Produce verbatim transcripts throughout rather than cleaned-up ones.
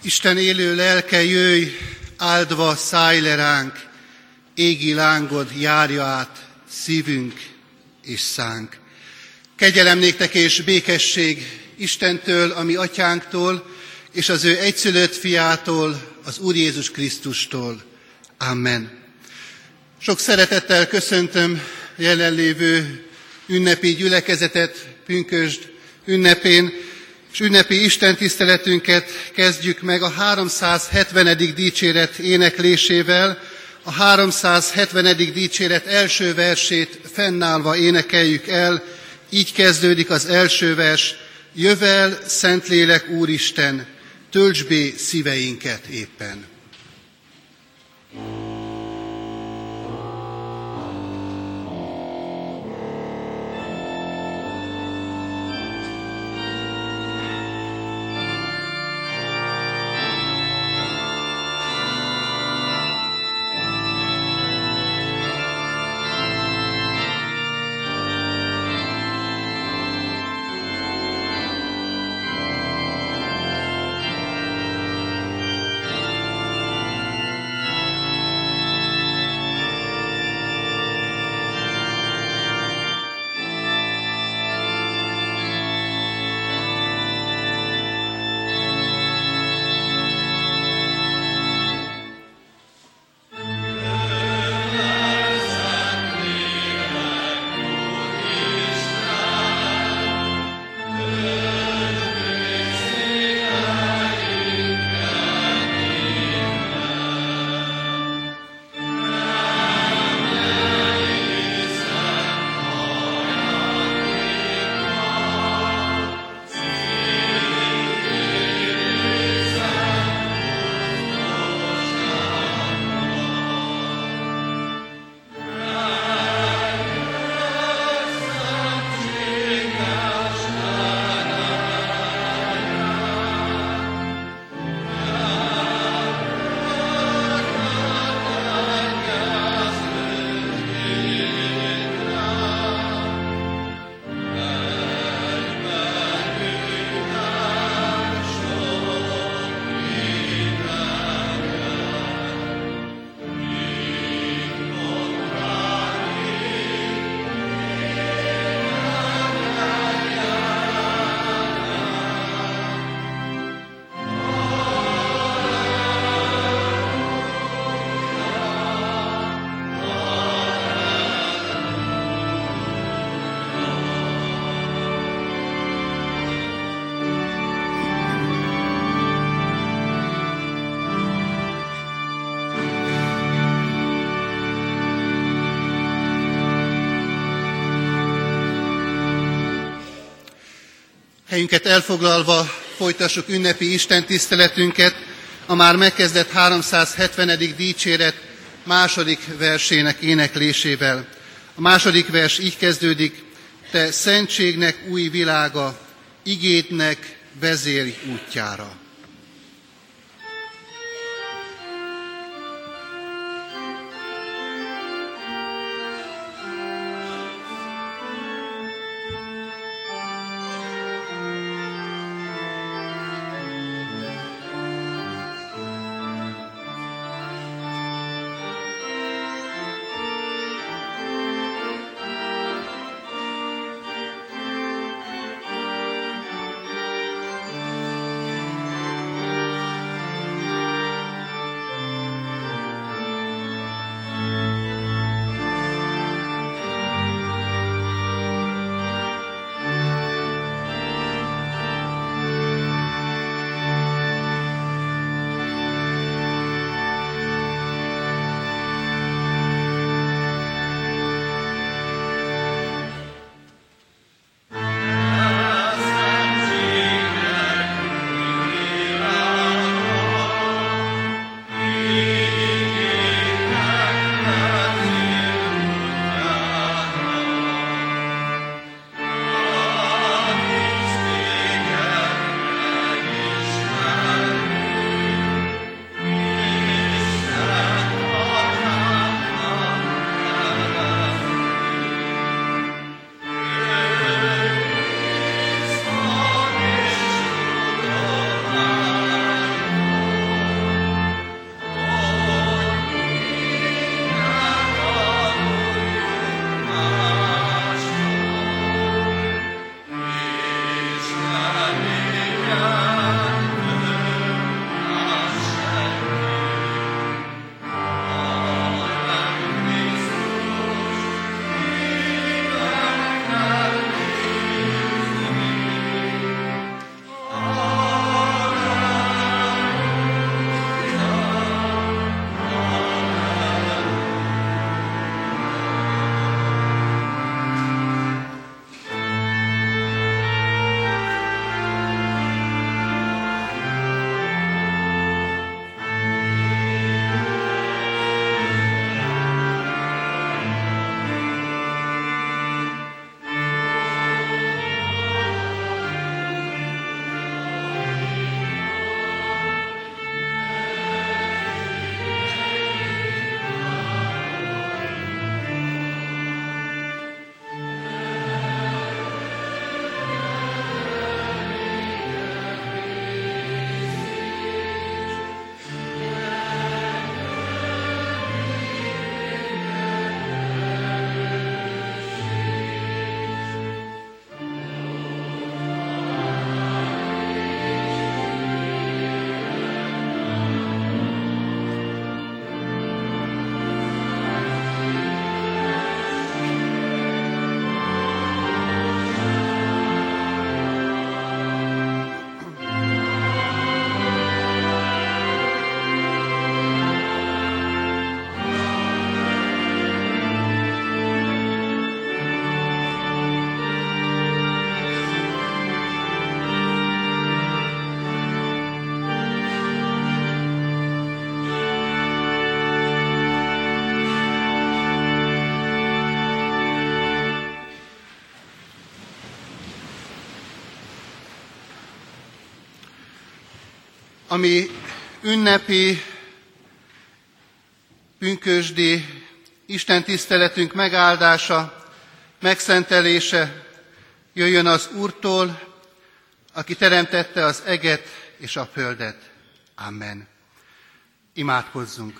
Isten élő lelke, jöjj, áldva szállj le ránk, égi lángod járja át szívünk és szánk. Kegyelem néktek és békesség Istentől, a mi atyánktól, és az ő egyszülött fiától, az Úr Jézus Krisztustól. Amen. Sok szeretettel köszöntöm jelenlévő ünnepi gyülekezetet pünkösd ünnepén, és ünnepi istentiszteletünket kezdjük meg a háromszázhetvenedik dicséret éneklésével. A háromszázhetvenedik dicséret első versét fennállva énekeljük el. Így kezdődik az első vers: Jövel, Szentlélek Úristen, töltsd bé szíveinket éppen. Helyünket elfoglalva folytassuk ünnepi istentiszteletünket a már megkezdett háromszázhetvenedik dicséret második versének éneklésével. A második vers így kezdődik: Te szentségnek új világa, igédnek vezérj útjára. ami ünnepi, pünkösdi Isten tiszteletünk megáldása, megszentelése jöjjön az Úrtól, aki teremtette az eget és a földet. Amen. Imádkozzunk.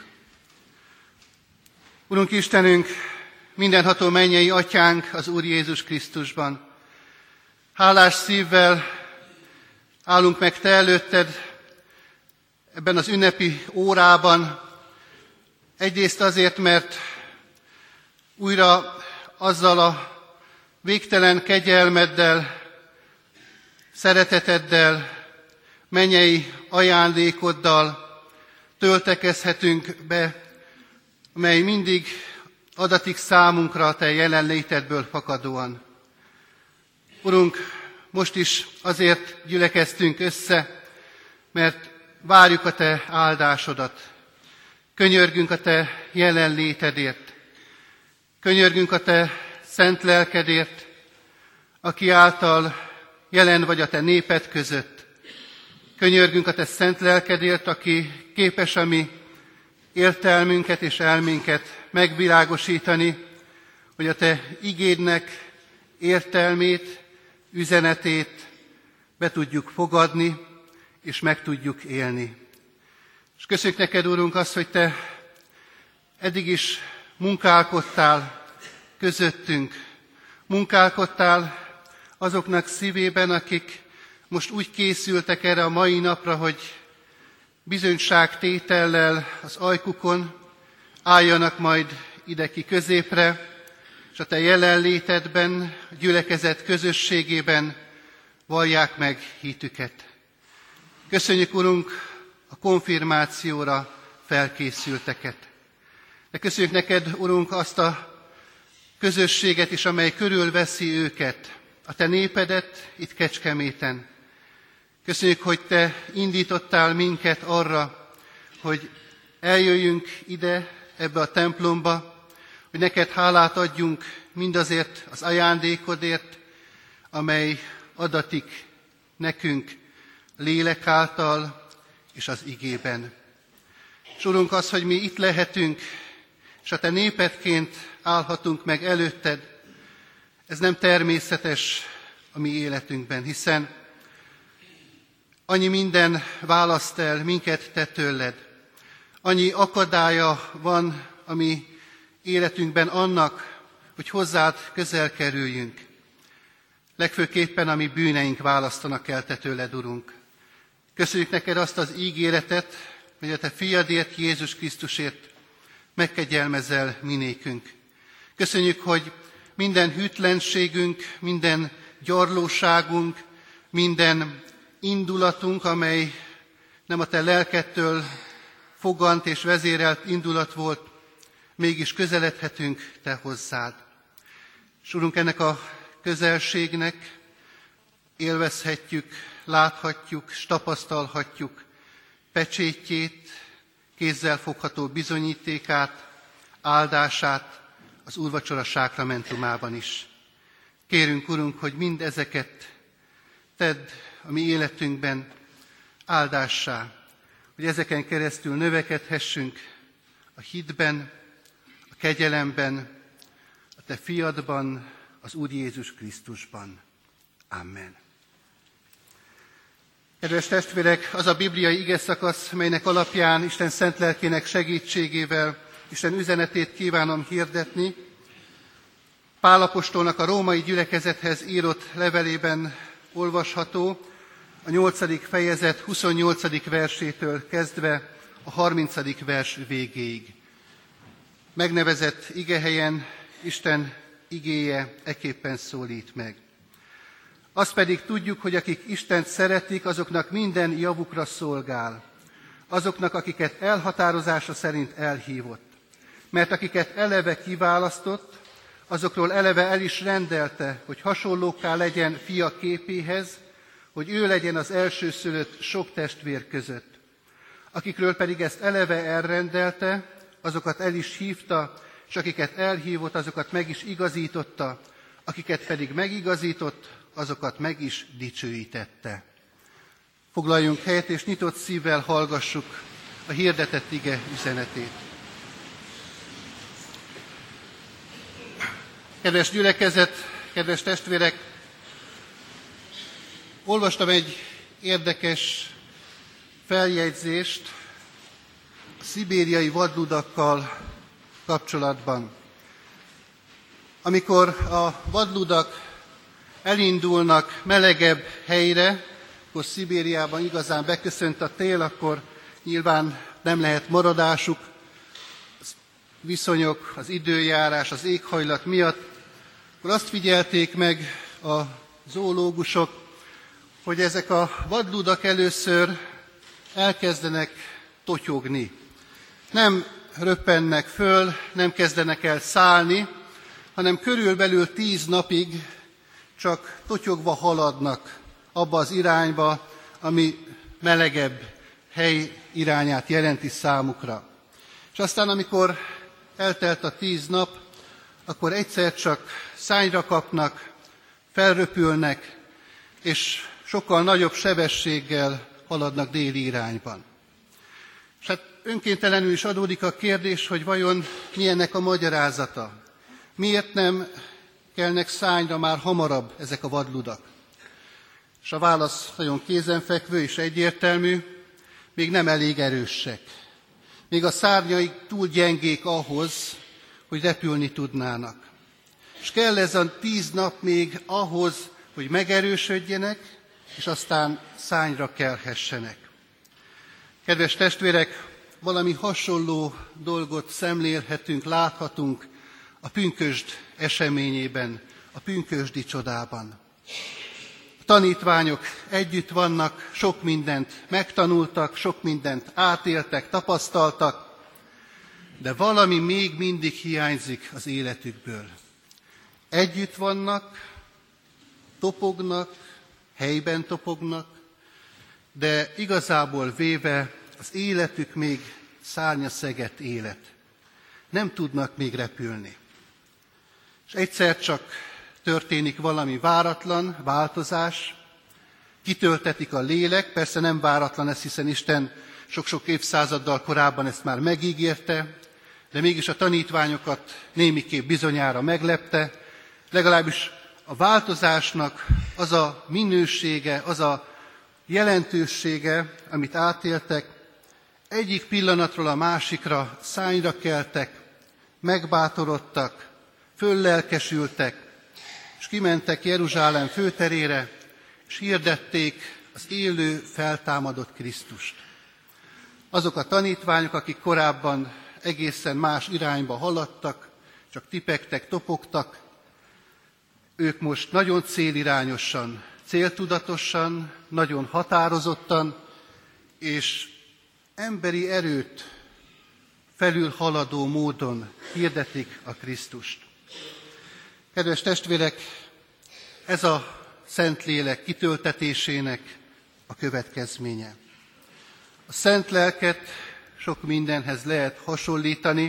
Urunk Istenünk, mindenható mennyei Atyánk az Úr Jézus Krisztusban, hálás szívvel állunk meg Te előtted ebben az ünnepi órában, egyrészt azért, mert újra azzal a végtelen kegyelmeddel, szereteteddel, mennyei ajándékoddal töltekezhetünk be, mely mindig adatik számunkra a Te jelenlétedből fakadóan. Urunk, most is azért gyülekeztünk össze, mert várjuk a Te áldásodat. Könyörgünk a Te jelenlétedért. Könyörgünk a Te szent lelkedért, aki által jelen vagy a Te néped között. Könyörgünk a Te szent lelkedért, aki képes a mi értelmünket és elménket megvilágosítani, hogy a Te igédnek értelmét, üzenetét be tudjuk fogadni, és meg tudjuk élni. És köszönjük neked, Úrunk, azt, hogy Te eddig is munkálkodtál közöttünk, munkálkodtál azoknak szívében, akik most úgy készültek erre a mai napra, hogy bizonyságtétellel az ajkukon álljanak majd ide ki középre, és a Te jelenlétedben, a gyülekezet közösségében vallják meg hitüket. Köszönjük, Urunk, a konfirmációra felkészülteket. De köszönjük neked, Urunk, azt a közösséget is, amely körülveszi őket, a Te népedet itt Kecskeméten. Köszönjük, hogy Te indítottál minket arra, hogy eljöjjünk ide, ebbe a templomba, hogy neked hálát adjunk mindazért az ajándékodért, amely adatik nekünk lélek által és az igében. És Urunk, az, hogy mi itt lehetünk, és a Te népedként állhatunk meg előtted, ez nem természetes a mi életünkben, hiszen annyi minden választ el minket Te tőled. Annyi akadálya van a mi életünkben annak, hogy hozzád közel kerüljünk. Legfőképpen a mi bűneink választanak el Te tőled, Urunk. Köszönjük neked azt az ígéretet, hogy a Te fiadért, Jézus Krisztusért megkegyelmezel minékünk. Köszönjük, hogy minden hűtlenségünk, minden gyarlóságunk, minden indulatunk, amely nem a Te lelkedtől fogant és vezérelt indulat volt, mégis közeledhetünk Te hozzád. És Urunk, ennek a közelségnek élvezhetjük, láthatjuk, és tapasztalhatjuk pecsétjét, kézzel fogható bizonyítékát, áldását az úrvacsora sákramentumában is. Kérünk, Urunk, hogy mind ezeket tedd a mi életünkben áldássá, hogy ezeken keresztül növekedhessünk a hitben, a kegyelemben, a Te fiadban, az Úr Jézus Krisztusban. Amen. Kedves testvérek, az a bibliai igeszakasz, melynek alapján Isten szent lelkének segítségével Isten üzenetét kívánom hirdetni, Pál apostolnak a római gyülekezethez írott levelében olvasható, a nyolcadik fejezet huszonnyolcadik versétől kezdve a harmincadik vers végéig. Megnevezett igehelyen Isten igéje eképpen szólít meg. Azt pedig tudjuk, hogy akik Istent szeretik, azoknak minden javukra szolgál, azoknak, akiket elhatározása szerint elhívott. Mert akiket eleve kiválasztott, azokról eleve el is rendelte, hogy hasonlókká legyen fia képéhez, hogy ő legyen az elsőszülött sok testvér között. Akikről pedig ezt eleve elrendelte, azokat el is hívta, és akiket elhívott, azokat meg is igazította, akiket pedig megigazított, azokat meg is dicsőítette. Foglaljunk helyet, és nyitott szívvel hallgassuk a hirdetett ige üzenetét. Kedves gyülekezet, kedves testvérek! Olvastam egy érdekes feljegyzést a szibériai vadludakkal kapcsolatban. Amikor a vadludak elindulnak melegebb helyre, akkor Szibériában igazán beköszönt a tél, akkor nyilván nem lehet maradásuk, az viszonyok, az időjárás, az éghajlat miatt. Akkor azt figyelték meg a zoológusok, hogy ezek a vadludak először elkezdenek totyogni. Nem röppennek föl, nem kezdenek el szállni, hanem körülbelül tíz napig csak totyogva haladnak abba az irányba, ami melegebb hely irányát jelenti számukra. És aztán, amikor eltelt a tíz nap, akkor egyszer csak szányra kapnak, felröpülnek, és sokkal nagyobb sebességgel haladnak déli irányban. És hát önkéntelenül is adódik a kérdés, hogy vajon mi ennek a magyarázata? Miért nem kelnek szányra már hamarabb ezek a vadludak? És a válasz nagyon kézenfekvő és egyértelmű, még nem elég erősek. Még a szárnyaik túl gyengék ahhoz, hogy repülni tudnának. És kell ez a tíz nap még ahhoz, hogy megerősödjenek, és aztán szányra kelhessenek. Kedves testvérek, valami hasonló dolgot szemlélhetünk, láthatunk a pünkösd eseményében, a pünkösdi csodában. A tanítványok együtt vannak, sok mindent megtanultak, sok mindent átéltek, tapasztaltak, de valami még mindig hiányzik az életükből. Együtt vannak, topognak, helyben topognak, de igazából véve az életük még szárnyaszegett élet. Nem tudnak még repülni. És egyszer csak történik valami váratlan, változás, kitöltetik a lélek, persze nem váratlan ez, hiszen Isten sok-sok évszázaddal korábban ezt már megígérte, de mégis a tanítványokat némiképp bizonyára meglepte, legalábbis a változásnak az a minősége, az a jelentősége, amit átéltek, egyik pillanatról a másikra szányra keltek, megbátorodtak, föllelkesültek, és kimentek Jeruzsálem főterére, és hirdették az élő, feltámadott Krisztust. Azok a tanítványok, akik korábban egészen más irányba haladtak, csak tipegtek, topogtak, ők most nagyon célirányosan, céltudatosan, nagyon határozottan, és emberi erőt felülhaladó módon hirdetik a Krisztust. Kedves testvérek, ez a Szentlélek kitöltetésének a következménye. A Szent Lelket sok mindenhez lehet hasonlítani,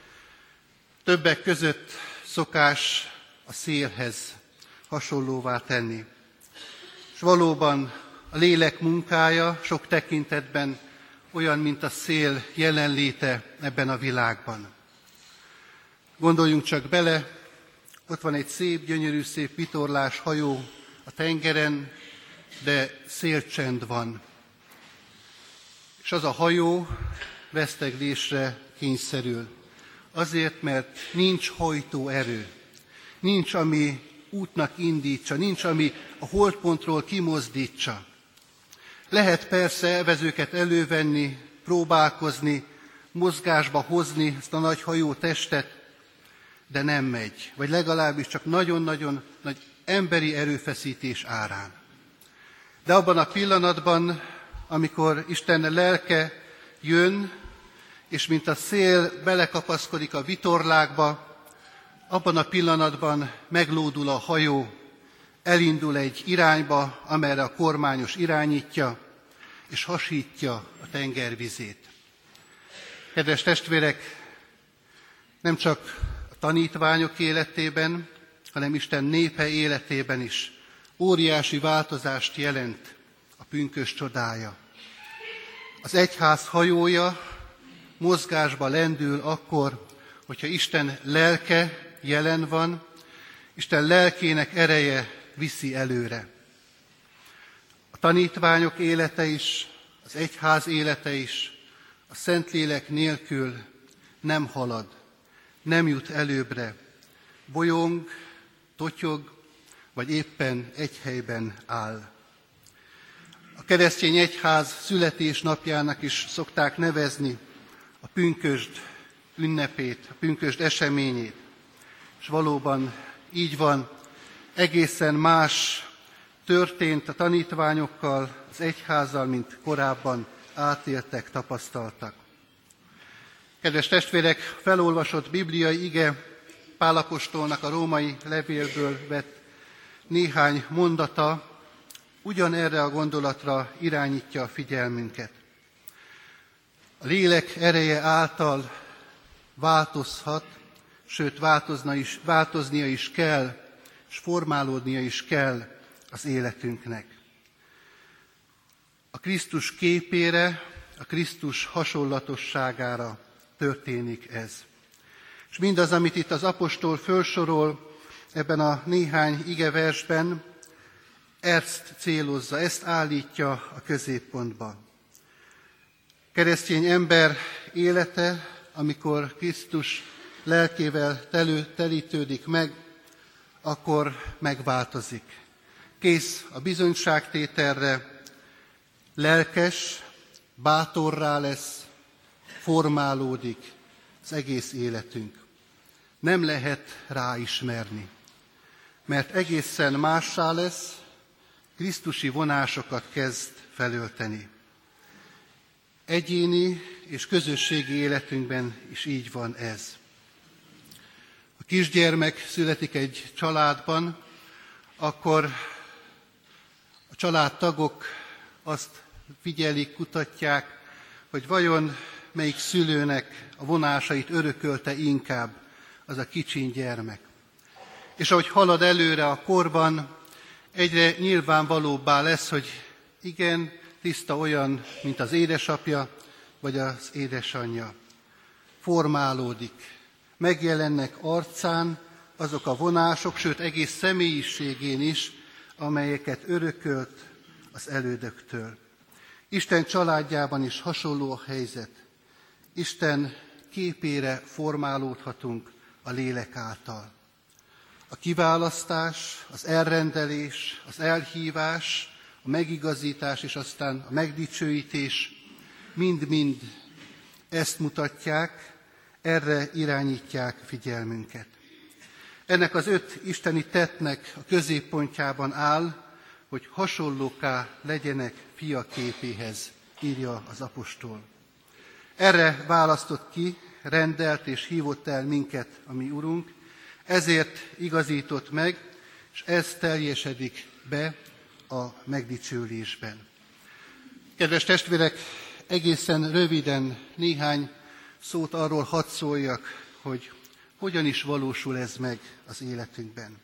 többek között szokás a szélhez hasonlóvá tenni. És valóban a lélek munkája sok tekintetben olyan, mint a szél jelenléte ebben a világban. Gondoljunk csak bele, ott van egy szép, gyönyörű, szép vitorlás hajó a tengeren, de szélcsend van. És az a hajó veszteglésre kényszerül. Azért, mert nincs hajtóerő. Nincs, ami útnak indítsa, nincs, ami a holdpontról kimozdítsa. Lehet persze evezőket elővenni, próbálkozni, mozgásba hozni ezt a nagy hajó testet, de nem megy, vagy legalábbis csak nagyon-nagyon nagy emberi erőfeszítés árán. De abban a pillanatban, amikor Isten lelke jön, és mint a szél belekapaszkodik a vitorlákba, abban a pillanatban meglódul a hajó, elindul egy irányba, amerre a kormányos irányítja, és hasítja a tengervizét. Kedves testvérek, nem csak a tanítványok életében, hanem Isten népe életében is óriási változást jelent a pünkösd csodája. Az egyház hajója mozgásba lendül akkor, hogyha Isten lelke jelen van, Isten lelkének ereje viszi előre. A tanítványok élete is, az egyház élete is a Szentlélek nélkül nem halad, nem jut előbbre, bolyong, totyog, vagy éppen egy helyben áll. A keresztény egyház születésnapjának is szokták nevezni a pünkösd ünnepét, a pünkösd eseményét. És valóban így van, egészen más történt a tanítványokkal, az egyházzal, mint korábban átéltek, tapasztaltak. Kedves testvérek, felolvasott bibliai ige Pál apostolnak a római levélből vett néhány mondata ugyanerre a gondolatra irányítja a figyelmünket. A lélek ereje által változhat, sőt változna is, változnia is kell, és formálódnia is kell az életünknek. A Krisztus képére, a Krisztus hasonlatosságára történik ez. És mindaz, amit itt az apostol felsorol ebben a néhány igeversben, ezt célozza, ezt állítja a középpontba. Keresztény ember élete, amikor Krisztus lelkével telő, telítődik meg, akkor megváltozik. Kész a bizonyságtételre, lelkes, bátorrá lesz, formálódik az egész életünk. Nem lehet ráismerni, mert egészen mássá lesz, krisztusi vonásokat kezd felölteni. Egyéni és közösségi életünkben is így van ez. A kisgyermek születik egy családban, akkor a családtagok azt figyelik, kutatják, hogy vajon melyik szülőnek a vonásait örökölte inkább az a kicsin gyermek. És ahogy halad előre a korban, egyre nyilvánvalóbbá lesz, hogy igen, tiszta olyan, mint az édesapja, vagy az édesanyja. Formálódik, megjelennek arcán azok a vonások, sőt egész személyiségén is, amelyeket örökölt az elődöktől. Isten családjában is hasonló a helyzet. Isten képére formálódhatunk a lélek által. A kiválasztás, az elrendelés, az elhívás, a megigazítás és aztán a megdicsőítés mind-mind ezt mutatják, erre irányítják figyelmünket. Ennek az öt isteni tettnek a középpontjában áll, hogy hasonlóká legyenek fia képéhez, írja az apostol. Erre választott ki, rendelt és hívott el minket a mi Urunk, ezért igazított meg, és ez teljesedik be a megdicsőlésben. Kedves testvérek, egészen röviden néhány szót arról hadd szóljak, hogy hogyan is valósul ez meg az életünkben.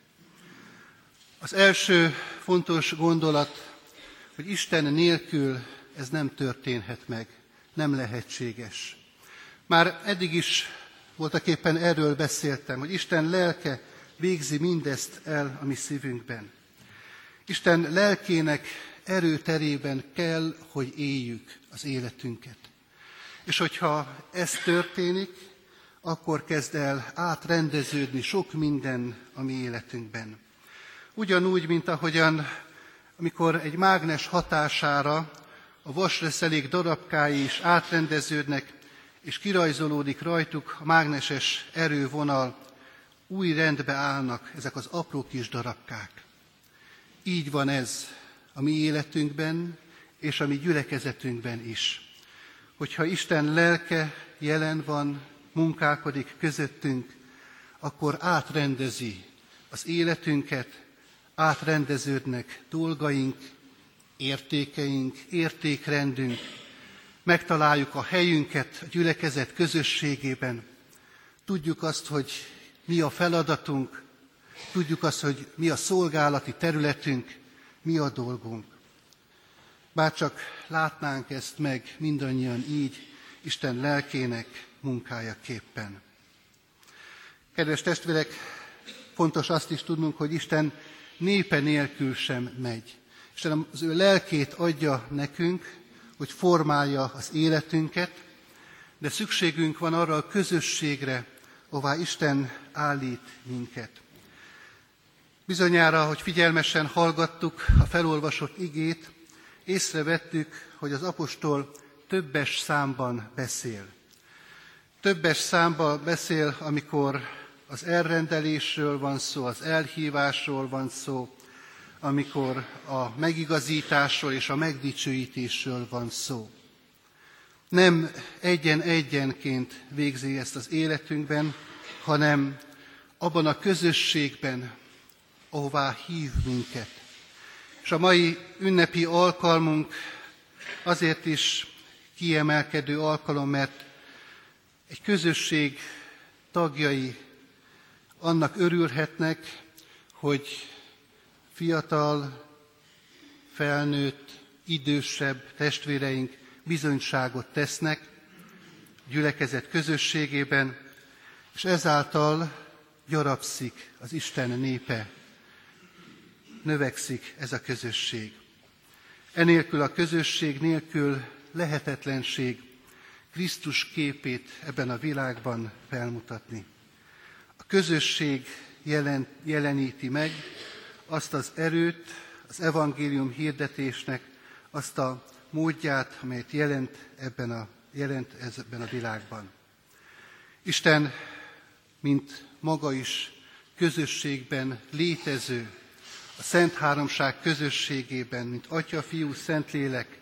Az első fontos gondolat, hogy Isten nélkül ez nem történhet meg, nem lehetséges. Már eddig is voltaképpen erről beszéltem, hogy Isten lelke végzi mindezt el a mi szívünkben. Isten lelkének erőterében kell, hogy éljük az életünket. És hogyha ez történik, akkor kezd el átrendeződni sok minden a mi életünkben. Ugyanúgy, mint ahogyan, amikor egy mágnes hatására a vasreszelék darabkái is átrendeződnek, és kirajzolódik rajtuk a mágneses erővonal, új rendbe állnak ezek az apró kis darabkák. Így van ez a mi életünkben, és a mi gyülekezetünkben is. Hogyha Isten lelke jelen van, munkálkodik közöttünk, akkor átrendezi az életünket, átrendeződnek dolgaink, értékeink, értékrendünk, megtaláljuk a helyünket a gyülekezet közösségében, tudjuk azt, hogy mi a feladatunk, tudjuk azt, hogy mi a szolgálati területünk, mi a dolgunk. Bárcsak látnánk ezt meg mindannyian így, Isten lelkének munkájaképpen. Kedves testvérek, fontos azt is tudnunk, hogy Isten népe nélkül sem megy. Isten az ő lelkét adja nekünk, hogy formálja az életünket, de szükségünk van arra a közösségre, ahová Isten állít minket. Bizonyára, hogy figyelmesen hallgattuk a felolvasott igét, észrevettük, hogy az apostol többes számban beszél. Többes számban beszél, amikor az elrendelésről van szó, az elhívásról van szó, amikor a megigazításról és a megdicsőítésről van szó. Nem egyen-egyenként végzi ezt az életünkben, hanem abban a közösségben, ahová hív minket. És a mai ünnepi alkalmunk azért is kiemelkedő alkalom, mert egy közösség tagjai annak örülhetnek, hogy fiatal, felnőtt, idősebb testvéreink bizonyságot tesznek gyülekezet közösségében, és ezáltal gyarapszik az Isten népe, növekszik ez a közösség. Enélkül a közösség nélkül lehetetlenség Krisztus képét ebben a világban felmutatni. A közösség jelen, jeleníti meg azt az erőt, az evangélium hirdetésnek, azt a módját, amelyet jelent ebben a, jelent ebben a világban. Isten, mint maga is közösségben létező, a Szent Háromság közösségében, mint Atya, Fiú, Szentlélek,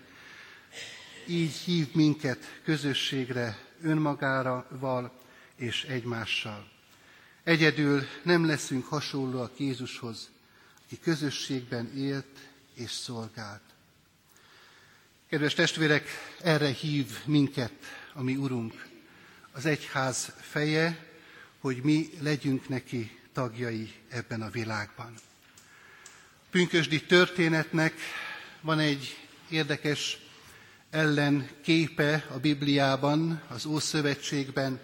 így hív minket közösségre önmagával és egymással. Egyedül nem leszünk hasonlóak Jézushoz, aki közösségben élt és szolgált. Kedves testvérek, erre hív minket a mi Urunk, az egyház feje, hogy mi legyünk neki tagjai ebben a világban. A pünkösdi történetnek van egy érdekes ellenképe a Bibliában, az Ószövetségben.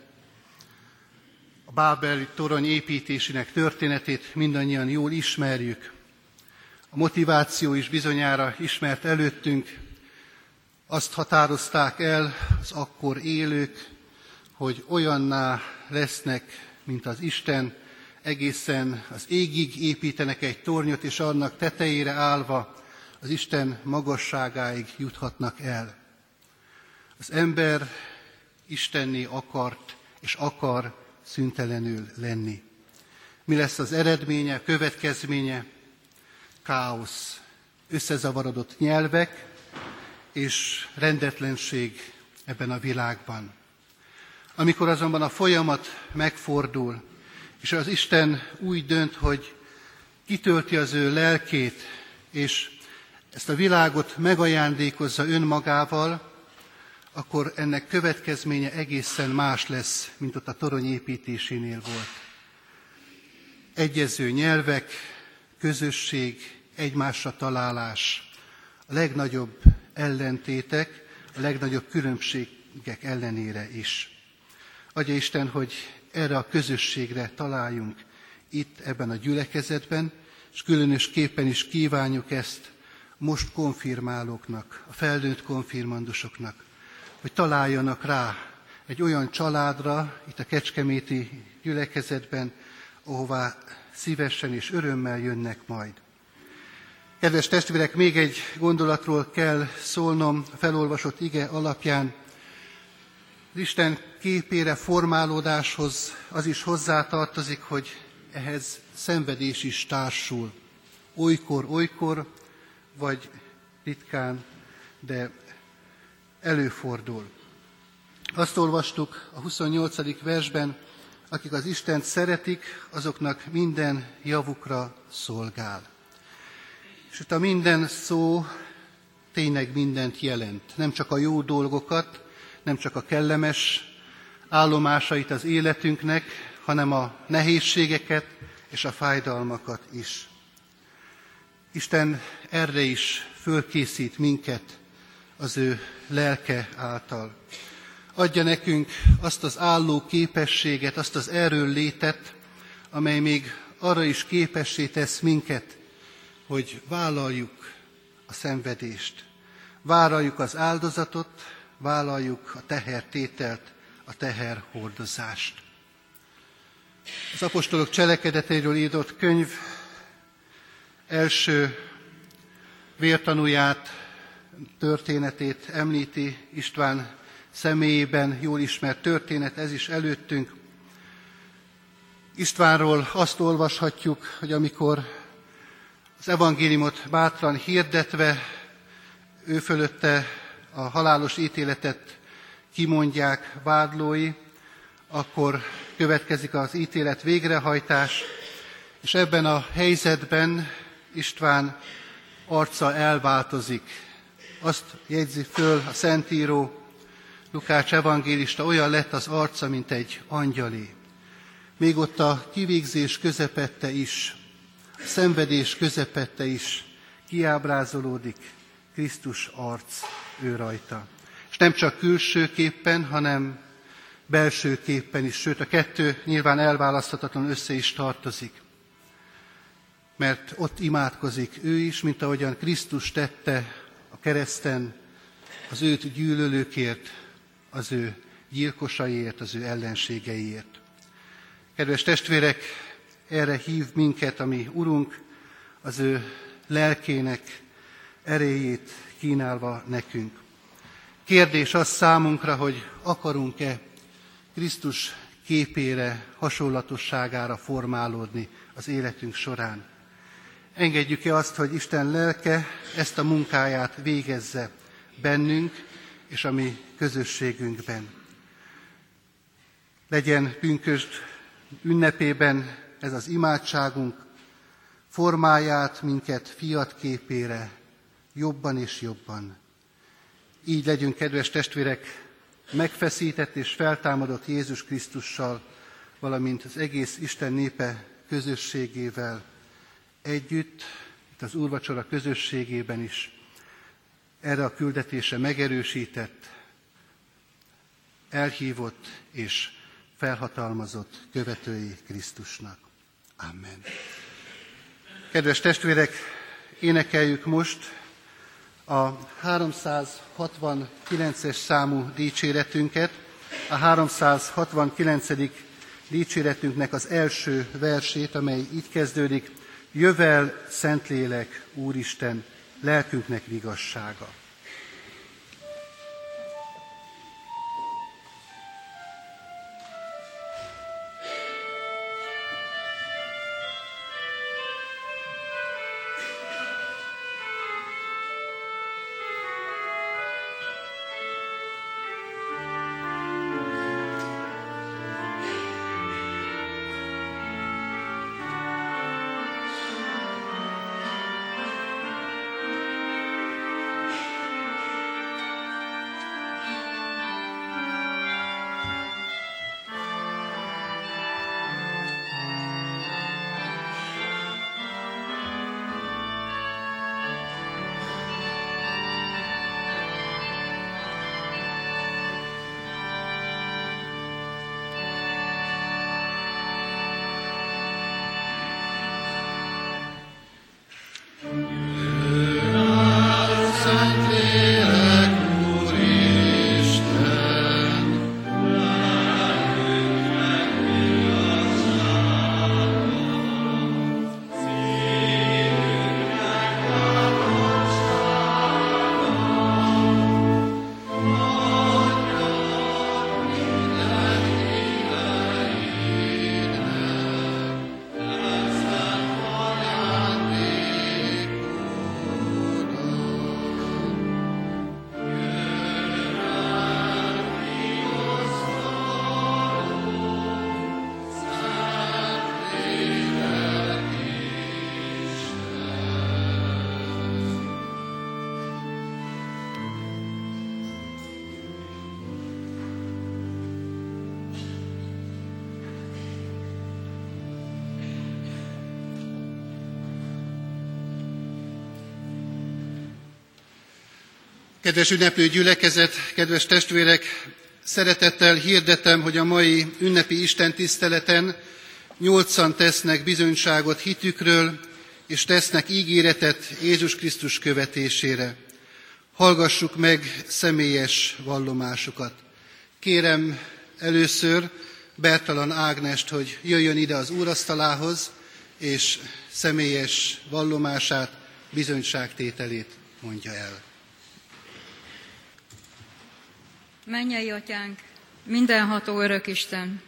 A bábeli torony építésének történetét mindannyian jól ismerjük. A motiváció is bizonyára ismert előttünk. Azt határozták el az akkor élők, hogy olyanná lesznek, mint az Isten, egészen az égig építenek egy tornyot, és annak tetejére állva az Isten magasságáig juthatnak el. Az ember Istenné akart és akar szüntelenül lenni. Mi lesz az eredménye, következménye? Káosz, összezavarodott nyelvek és rendetlenség ebben a világban. Amikor azonban a folyamat megfordul, és az Isten úgy dönt, hogy kitölti az ő lelkét, és ezt a világot megajándékozza önmagával, akkor ennek következménye egészen más lesz, mint ott a torony építésénél volt. Egyező nyelvek, közösség, egymásra találás, a legnagyobb ellentétek, a legnagyobb különbségek ellenére is. Adja Isten, hogy erre a közösségre találjunk itt ebben a gyülekezetben, és különösképpen is kívánjuk ezt most konfirmálóknak, a felnőtt konfirmandusoknak, hogy találjanak rá egy olyan családra itt a kecskeméti gyülekezetben, ahová szívesen és örömmel jönnek majd. Kedves testvérek, még egy gondolatról kell szólnom a felolvasott ige alapján. Az Isten képére formálódáshoz az is hozzátartozik, hogy ehhez szenvedés is társul. Olykor, olykor, vagy ritkán, de előfordul. Azt olvastuk a huszonnyolcadik versben, akik az Istent szeretik, azoknak minden javukra szolgál. És itt a minden szó tényleg mindent jelent. Nem csak a jó dolgokat, nem csak a kellemes állomásait az életünknek, hanem a nehézségeket és a fájdalmakat is. Isten erre is fölkészít minket az ő lelke által. Adja nekünk azt az álló képességet, azt az erőnlétet, amely még arra is képessé tesz minket, hogy vállaljuk a szenvedést, vállaljuk az áldozatot, vállaljuk a tehertételt, a teherhordozást. Az apostolok cselekedeteiről írott könyv első vértanúját, történetét említi István személyében, jól ismert történet, ez is előttünk. Istvánról azt olvashatjuk, hogy amikor az evangéliumot bátran hirdetve, ő fölötte a halálos ítéletet kimondják vádlói, akkor következik az ítélet végrehajtás, és ebben a helyzetben István arca elváltozik. Azt jegyzi föl a Szentíró, Lukács evangélista, olyan lett az arca, mint egy angyalé. Még ott a kivégzés közepette is, a szenvedés közepette is kiábrázolódik Krisztus arc ő rajta. És nem csak külsőképpen, hanem belsőképpen is, sőt a kettő nyilván elválaszthatatlan össze is tartozik. Mert ott imádkozik ő is, mint ahogyan Krisztus tette a kereszten az őt gyűlölőkért, az ő gyilkosaiért, az ő ellenségeiért. Kedves testvérek, erre hív minket a mi Urunk, az ő lelkének erejét kínálva nekünk. Kérdés az számunkra, hogy akarunk-e Krisztus képére, hasonlatosságára formálódni az életünk során. Engedjük-e azt, hogy Isten lelke ezt a munkáját végezze bennünk és a mi közösségünkben. Legyen pünkösd ünnepében ez az imádságunk, formáját minket fiat képére jobban és jobban. Így legyünk, kedves testvérek, megfeszített és feltámadott Jézus Krisztussal, valamint az egész Isten népe közösségével együtt, itt az úrvacsora közösségében is, erre a küldetése megerősített, elhívott és felhatalmazott követői Krisztusnak. Amen. Kedves testvérek, énekeljük most a háromszázhatvankilences számú dicséretünket, a háromszázhatvankilencedik dicséretünknek az első versét, amely így kezdődik: Jövel, Szentlélek, Úristen, lelkünknek vigassága. Kedves ünneplő gyülekezet, kedves testvérek, szeretettel hirdetem, hogy a mai ünnepi istentiszteleten nyolcan tesznek bizonyságot hitükről, és tesznek ígéretet Jézus Krisztus követésére. Hallgassuk meg személyes vallomásukat. Kérem először Bertalan Ágnest, hogy jöjjön ide az úrasztalához, és személyes vallomását, bizonyságtételét mondja el. Mennyei Atyánk, mindenható örök Isten!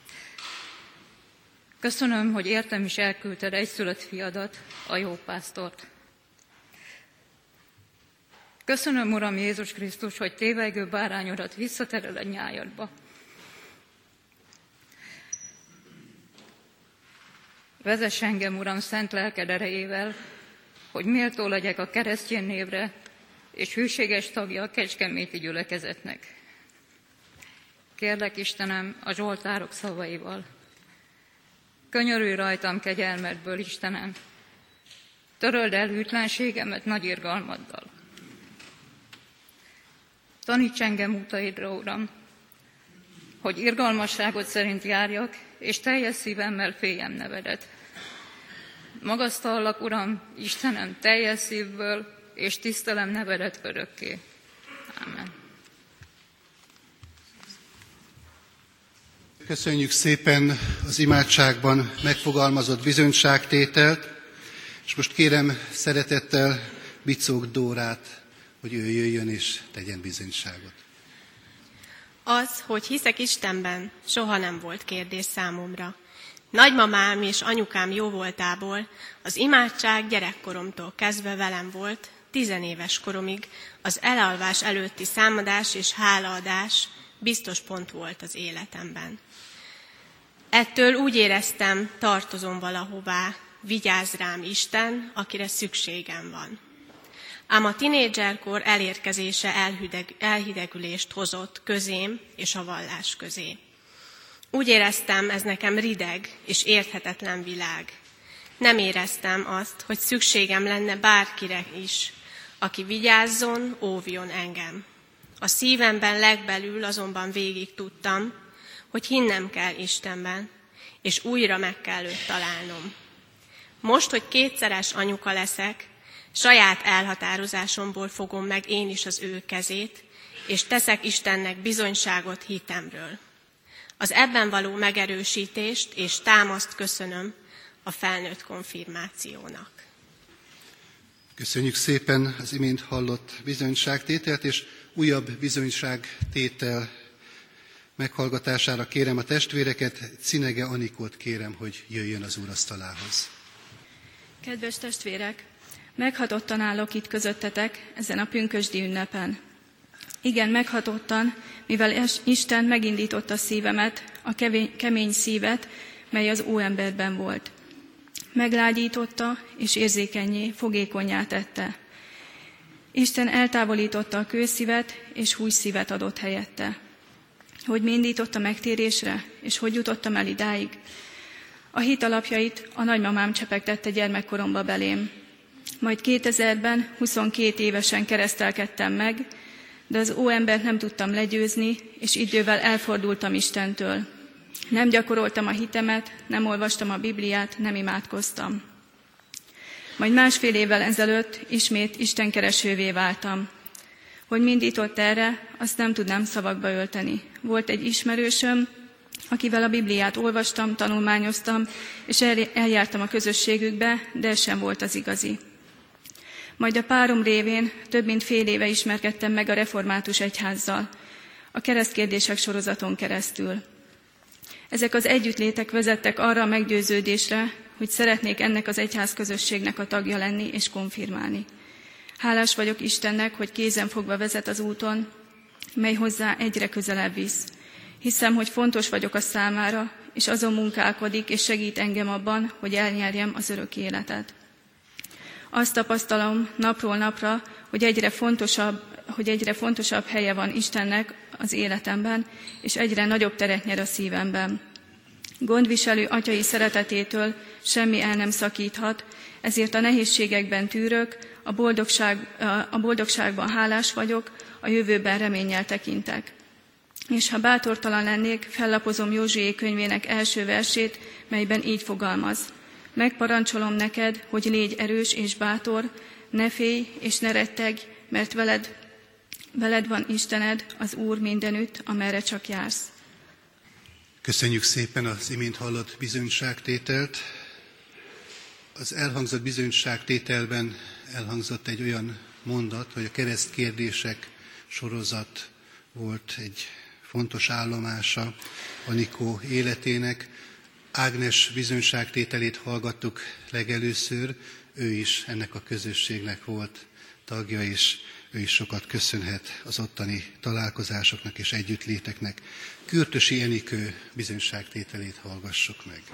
Köszönöm, hogy értem is elküldted egyszülött fiadat, a jó pásztort. Köszönöm, Uram Jézus Krisztus, hogy tévegő bárányodat visszatereled nyájadba. Vezess engem, Uram, szent lelked erejével, hogy méltó legyek a keresztény névre, és hűséges tagja a kecskeméti gyülekezetnek. Kérlek, Istenem, a zsoltárok szavaival. Könyörülj rajtam kegyelmedből, Istenem. Töröld el hűtlenségemet nagy irgalmaddal. Taníts engem útaidra, Uram, hogy irgalmasságod szerint járjak, és teljes szívemmel féljem nevedet. Magasztallak, Uram, Istenem, teljes szívből, és tisztelem nevedet örökké. Amen. Köszönjük szépen az imádságban megfogalmazott bizonyságtételt, és most kérem szeretettel Bicók Dórát, hogy ő jöjjön és tegyen bizonyságot. Az, hogy hiszek Istenben, soha nem volt kérdés számomra. Nagymamám és anyukám jóvoltából az imádság gyerekkoromtól kezdve velem volt, tizenéves koromig az elalvás előtti számadás és hálaadás biztos pont volt az életemben. Ettől úgy éreztem, tartozom valahová, vigyáz rám Isten, akire szükségem van. Ám a tinédzserkor elérkezése elhideg, elhidegülést hozott közém és a vallás közé. Úgy éreztem, ez nekem rideg és érthetetlen világ. Nem éreztem azt, hogy szükségem lenne bárkire is, aki vigyázzon, óvjon engem. A szívemben legbelül azonban végig tudtam, hogy hinnem kell Istenben, és újra meg kell őt találnom. Most, hogy kétszeres anyuka leszek, saját elhatározásomból fogom meg én is az ő kezét, és teszek Istennek bizonyságot hitemről. Az ebben való megerősítést és támaszt köszönöm a felnőtt konfirmációnak. Köszönjük szépen az imént hallott bizonyságtételt, és újabb bizonyságtétel meghallgatására kérem a testvéreket. Cinege Anikót kérem, hogy jöjjön az úrasztalához. Kedves testvérek, meghatottan állok itt közöttetek ezen a pünkösdi ünnepen. Igen, meghatottan, mivel Isten megindította szívemet, a kevény, kemény szívet, mely az óemberben volt. Meglágyította és érzékenyé, fogékonnyá tette. Isten eltávolította a kőszívet, és hússzívet adott helyette. Hogy mi indította megtérésre, és hogy jutottam el idáig? A hit alapjait a nagymamám csepegtette gyermekkoromba belém. Majd kétezerben huszonkét évesen keresztelkedtem meg, de az óembert nem tudtam legyőzni, és idővel elfordultam Istentől. Nem gyakoroltam a hitemet, nem olvastam a Bibliát, nem imádkoztam. Majd másfél évvel ezelőtt ismét istenkeresővé váltam. Hogy mindított erre, azt nem tudnám szavakba ölteni. Volt egy ismerősöm, akivel a Bibliát olvastam, tanulmányoztam, és eljártam a közösségükbe, de ez sem volt az igazi. Majd a párom révén több mint fél éve ismerkedtem meg a református egyházzal, a keresztkérdések sorozaton keresztül. Ezek az együttlétek vezettek arra a meggyőződésre, hogy szeretnék ennek az egyházközösségnek a tagja lenni és konfirmálni. Hálás vagyok Istennek, hogy kézen fogva vezet az úton, mely hozzá egyre közelebb visz. Hiszem, hogy fontos vagyok a számára, és azon munkálkodik és segít engem abban, hogy elnyerjem az örök életet. Azt tapasztalom napról napra, hogy egyre fontosabb, hogy egyre fontosabb helye van Istennek az életemben, és egyre nagyobb teret nyer a szívemben. Gondviselő atyai szeretetétől semmi el nem szakíthat, ezért a nehézségekben tűrök, a, boldogság, a boldogságban hálás vagyok, a jövőben reménnyel tekintek. És ha bátortalan lennék, fellapozom Józsué könyvének első versét, melyben így fogalmaz. Megparancsolom neked, hogy légy erős és bátor, ne félj és ne rettegj, mert veled, veled van Istened, az Úr mindenütt, amerre csak jársz. Köszönjük szépen az imént hallott bizonyságtételt. Az elhangzott bizonyságtételben elhangzott egy olyan mondat, hogy a keresztkérdések sorozat volt egy fontos állomása Anikó életének. Ágnes bizonyságtételét hallgattuk legelőször, ő is ennek a közösségnek volt tagja, és ő is sokat köszönhet az ottani találkozásoknak és együttléteknek. Kürtösi Enikő bizonyságtételét hallgassuk meg.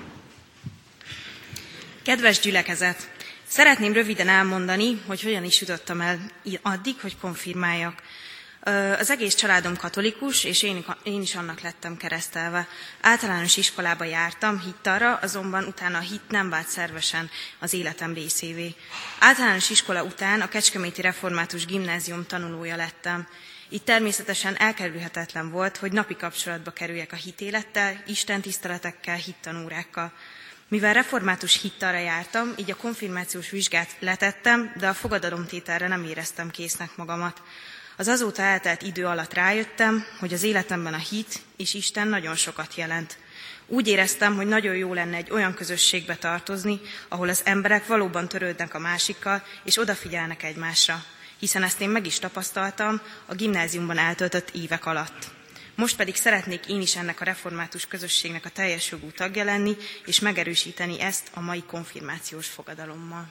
Kedves gyülekezet! Szeretném röviden elmondani, hogy hogyan is jutottam el addig, hogy konfirmáljak. Az egész családom katolikus, és én, én is annak lettem keresztelve. Általános iskolába jártam, hittarra, azonban utána a hit nem vált szervesen az életem részévé. Általános iskola után a Kecskeméti Református Gimnázium tanulója lettem. Itt természetesen elkerülhetetlen volt, hogy napi kapcsolatba kerüljek a hitélettel, istentiszteletekkel, hittanórákkal. Mivel református hittarra jártam, így a konfirmációs vizsgát letettem, de a fogadalomtételre nem éreztem késznek magamat. Az azóta eltelt idő alatt rájöttem, hogy az életemben a hit és Isten nagyon sokat jelent. Úgy éreztem, hogy nagyon jó lenne egy olyan közösségbe tartozni, ahol az emberek valóban törődnek a másikkal, és odafigyelnek egymásra, hiszen ezt én meg is tapasztaltam a gimnáziumban eltöltött évek alatt. Most pedig szeretnék én is ennek a református közösségnek a teljes jogú tagja lenni, és megerősíteni ezt a mai konfirmációs fogadalommal.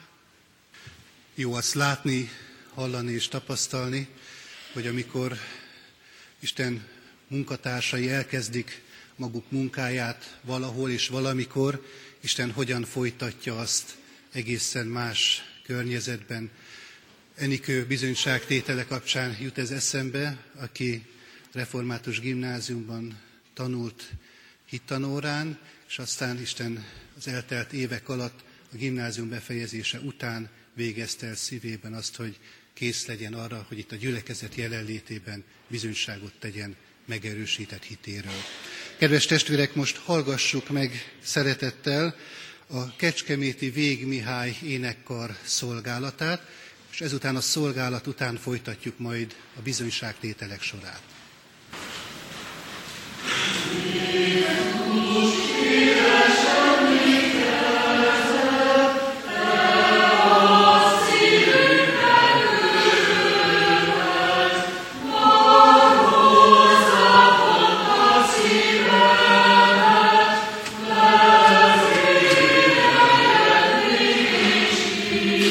Jó azt látni, hallani és tapasztalni, hogy amikor Isten munkatársai elkezdik maguk munkáját valahol és valamikor, Isten hogyan folytatja azt egészen más környezetben. Enikő bizonyságtétele kapcsán jut ez eszembe, aki református gimnáziumban tanult hittanórán, és aztán Isten az eltelt évek alatt a gimnázium befejezése után végezte el szívében azt, hogy kész legyen arra, hogy itt a gyülekezet jelenlétében bizonyságot tegyen megerősített hitéről. Kedves testvérek, most hallgassuk meg szeretettel a kecskeméti Vég Mihály énekkar szolgálatát, és ezután a szolgálat után folytatjuk majd a bizonyságtételek sorát.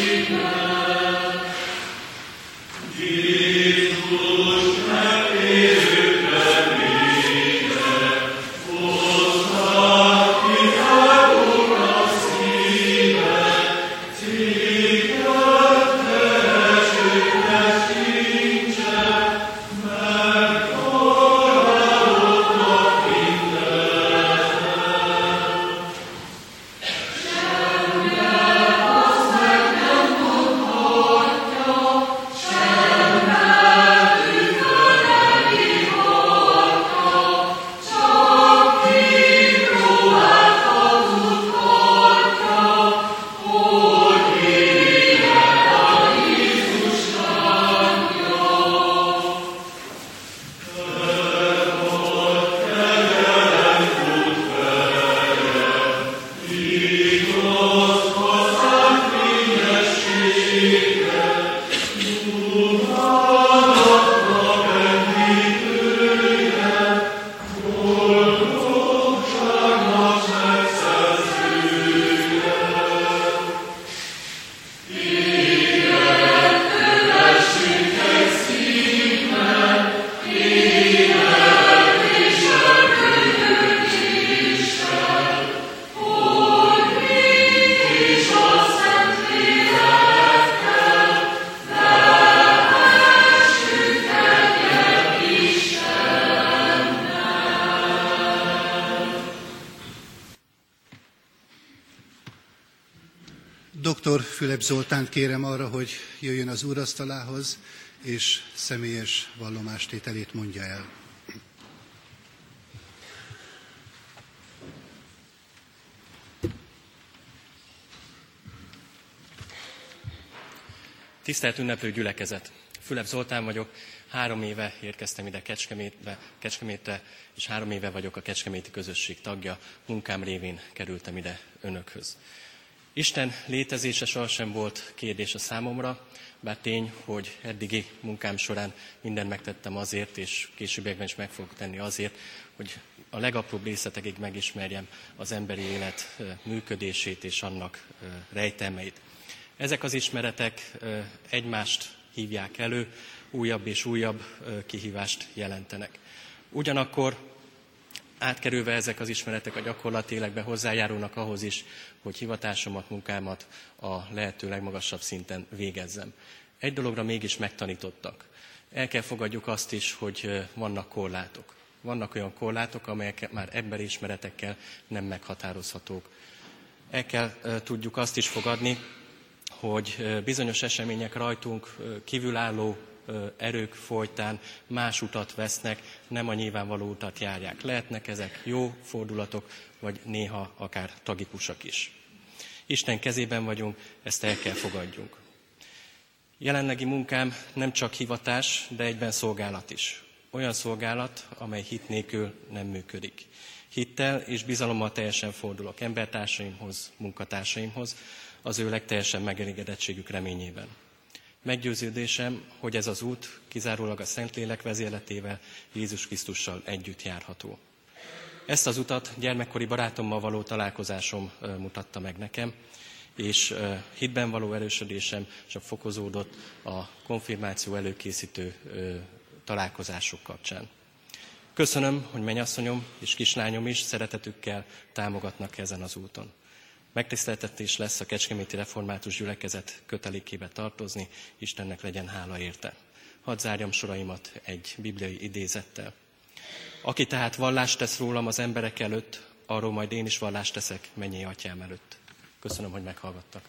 Jesus, happy doktor Fülöp Zoltánt kérem arra, hogy jöjjön az úrasztalához, és személyes vallomástételét mondja el. Tisztelt ünneplő gyülekezet! Fülöp Zoltán vagyok, három éve érkeztem ide Kecskemétbe, Kecskemétre, és három éve vagyok a kecskeméti közösség tagja, munkám révén kerültem ide önökhöz. Isten létezése sohasem volt kérdés a számomra, bár tény, hogy eddigi munkám során mindent megtettem azért, és későbbiekben is meg fogok tenni azért, hogy a legapróbb részletekig megismerjem az emberi élet működését és annak rejtelmeit. Ezek az ismeretek egymást hívják elő, újabb és újabb kihívást jelentenek. Ugyanakkor átkerülve ezek az ismeretek a gyakorlati életbe hozzájárulnak ahhoz is, hogy hivatásomat, munkámat a lehető legmagasabb szinten végezzem. Egy dologra mégis megtanítottak. El kell fogadjuk azt is, hogy vannak korlátok. Vannak olyan korlátok, amelyek már emberi ismeretekkel nem meghatározhatók. El kell tudjuk azt is fogadni, hogy bizonyos események rajtunk kívülálló erők folytán más utat vesznek, nem a nyilvánvaló utat járják. Lehetnek ezek jó fordulatok, vagy néha akár tragikusak is. Isten kezében vagyunk, ezt el kell fogadjunk. Jelenlegi munkám nem csak hivatás, de egyben szolgálat is. Olyan szolgálat, amely hit nélkül nem működik. Hittel és bizalommal teljesen fordulok embertársaimhoz, munkatársaimhoz, az ő legteljesen megelégedettségük reményében. Meggyőződésem, hogy ez az út kizárólag a Szentlélek vezérletével, Jézus Krisztussal együtt járható. Ezt az utat gyermekkori barátommal való találkozásom mutatta meg nekem, és hitben való erősödésem csak fokozódott a konfirmáció előkészítő találkozások kapcsán. Köszönöm, hogy mennyasszonyom és kislányom is szeretetükkel támogatnak ezen az úton. Megtiszteltetés lesz a Kecskeméti Református Gyülekezet kötelékébe tartozni, Istennek legyen hála érte. Hadd zárjam soraimat egy bibliai idézettel. Aki tehát vallást tesz rólam az emberek előtt, arról majd én is vallást teszek mennyei atyám előtt. Köszönöm, hogy meghallgattak.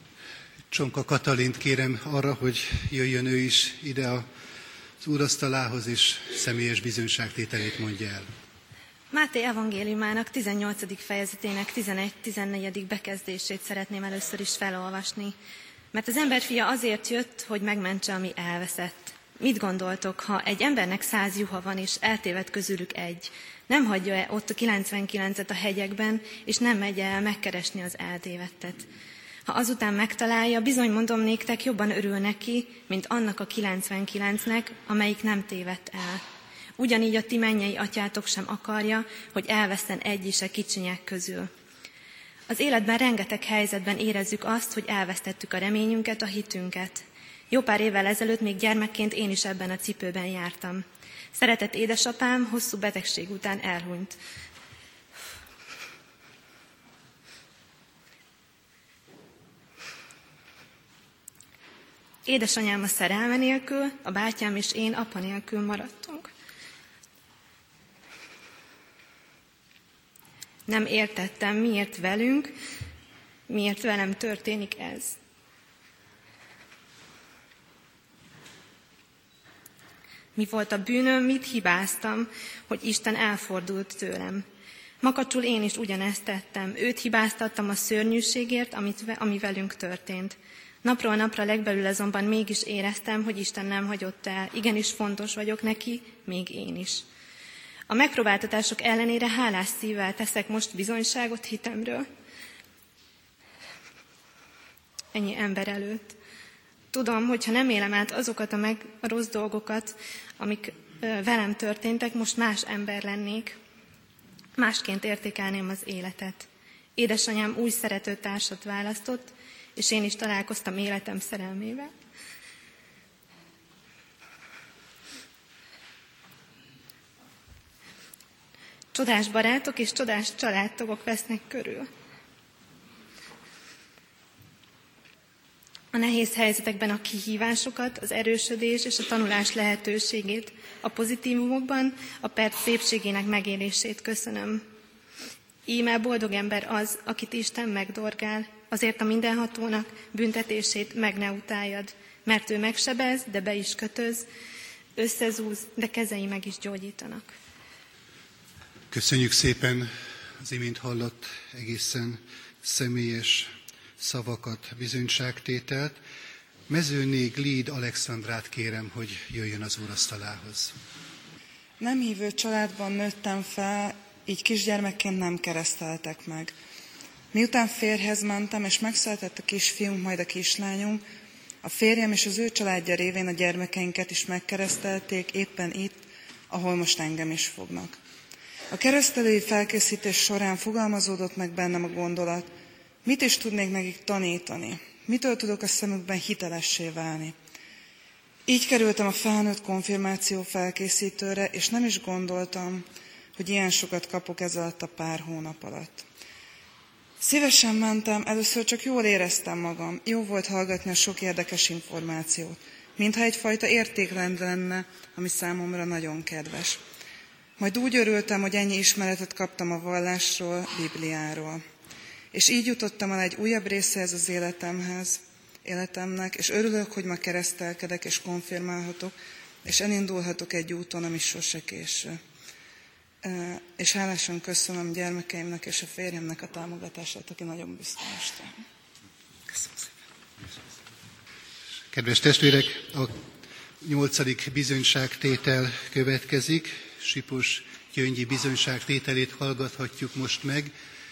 Csonka Katalint kérem arra, hogy jöjjön ő is ide az úrasztalához, és személyes bizonyságtételét mondja el. Máté evangéliumának tizennyolcadik fejezetének tizenegy-tizennegyedik bekezdését szeretném először is felolvasni, mert az emberfia azért jött, hogy megmentse, ami elveszett. Mit gondoltok, ha egy embernek száz juha van, és eltéved közülük egy, nem hagyja-e ott a kilencvenkilencet a hegyekben, és nem megy el megkeresni az eltévedtet? Ha azután megtalálja, bizony mondom néktek, jobban örül neki, mint annak a kilencvenkilencnek, amelyik nem tévedt el. Ugyanígy a ti mennyei atyátok sem akarja, hogy elveszten egy is a kicsinyek közül. Az életben rengeteg helyzetben érezzük azt, hogy elvesztettük a reményünket, a hitünket. Jó pár évvel ezelőtt még gyermekként én is ebben a cipőben jártam. Szeretett édesapám hosszú betegség után elhunyt. Édesanyám a szerelme nélkül, a bátyám és én apa nélkül maradtunk. Nem értettem, miért velünk, miért velem történik ez. Mi volt a bűnöm, mit hibáztam, hogy Isten elfordult tőlem. Makacsul én is ugyanezt tettem, őt hibáztattam a szörnyűségért, amit, ami velünk történt. Napról napra legbelül azonban mégis éreztem, hogy Isten nem hagyott el, igenis fontos vagyok neki, még én is. A megpróbáltatások ellenére hálás szívvel teszek most bizonyságot hitemről. Ennyi ember előtt. Tudom, hogy ha nem élem át azokat a, meg, a rossz dolgokat, amik ö, velem történtek, most más ember lennék. Másként értékelném az életet. Édesanyám új szeretőtársat választott, és én is találkoztam életem szerelmével. Csodás barátok és csodás családtagok vesznek körül. A nehéz helyzetekben a kihívásokat, az erősödés és a tanulás lehetőségét, a pozitívumokban a perc szépségének megélését köszönöm. Íme boldog ember az, akit Isten megdorgál, azért a mindenhatónak büntetését meg ne utáljad, mert ő megsebez, de be is kötöz, összezúz, de kezei meg is gyógyítanak. Köszönjük szépen az imént hallott egészen személyes szavakat, bizonyságtételt. Mezőné Glíd Alexandrát kérem, hogy jöjjön az úrasztalához. Nem hívő családban nőttem fel, így kisgyermekként nem kereszteltek meg. Miután férjhez mentem, és megszületett a kisfiunk, majd a kislányunk, a férjem és az ő családja révén a gyermekeinket is megkeresztelték éppen itt, ahol most engem is fognak. A keresztelői felkészítés során fogalmazódott meg bennem a gondolat, mit is tudnék nekik tanítani, mitől tudok a szemükben hitelessé válni. Így kerültem a felnőtt konfirmáció felkészítőre, és nem is gondoltam, hogy ilyen sokat kapok ez alatt a pár hónap alatt. Szívesen mentem, először csak jól éreztem magam, jó volt hallgatni a sok érdekes információt, mintha egyfajta értékrend lenne, ami számomra nagyon kedves. Majd úgy örültem, hogy ennyi ismeretet kaptam a vallásról, Bibliáról. És így jutottam el egy újabb részéhez az életemhez, életemnek, és örülök, hogy ma keresztelkedek és konfirmálhatok, és elindulhatok egy úton, ami sose késő. És hálásan köszönöm gyermekeimnek és a férjemnek a támogatását, aki nagyon büszke most rám. Köszönöm szépen. Kedves testvérek, a nyolcadik bizonyságtétel következik. Sipos Gyöngyi bizonyságtételét hallgathatjuk most meg,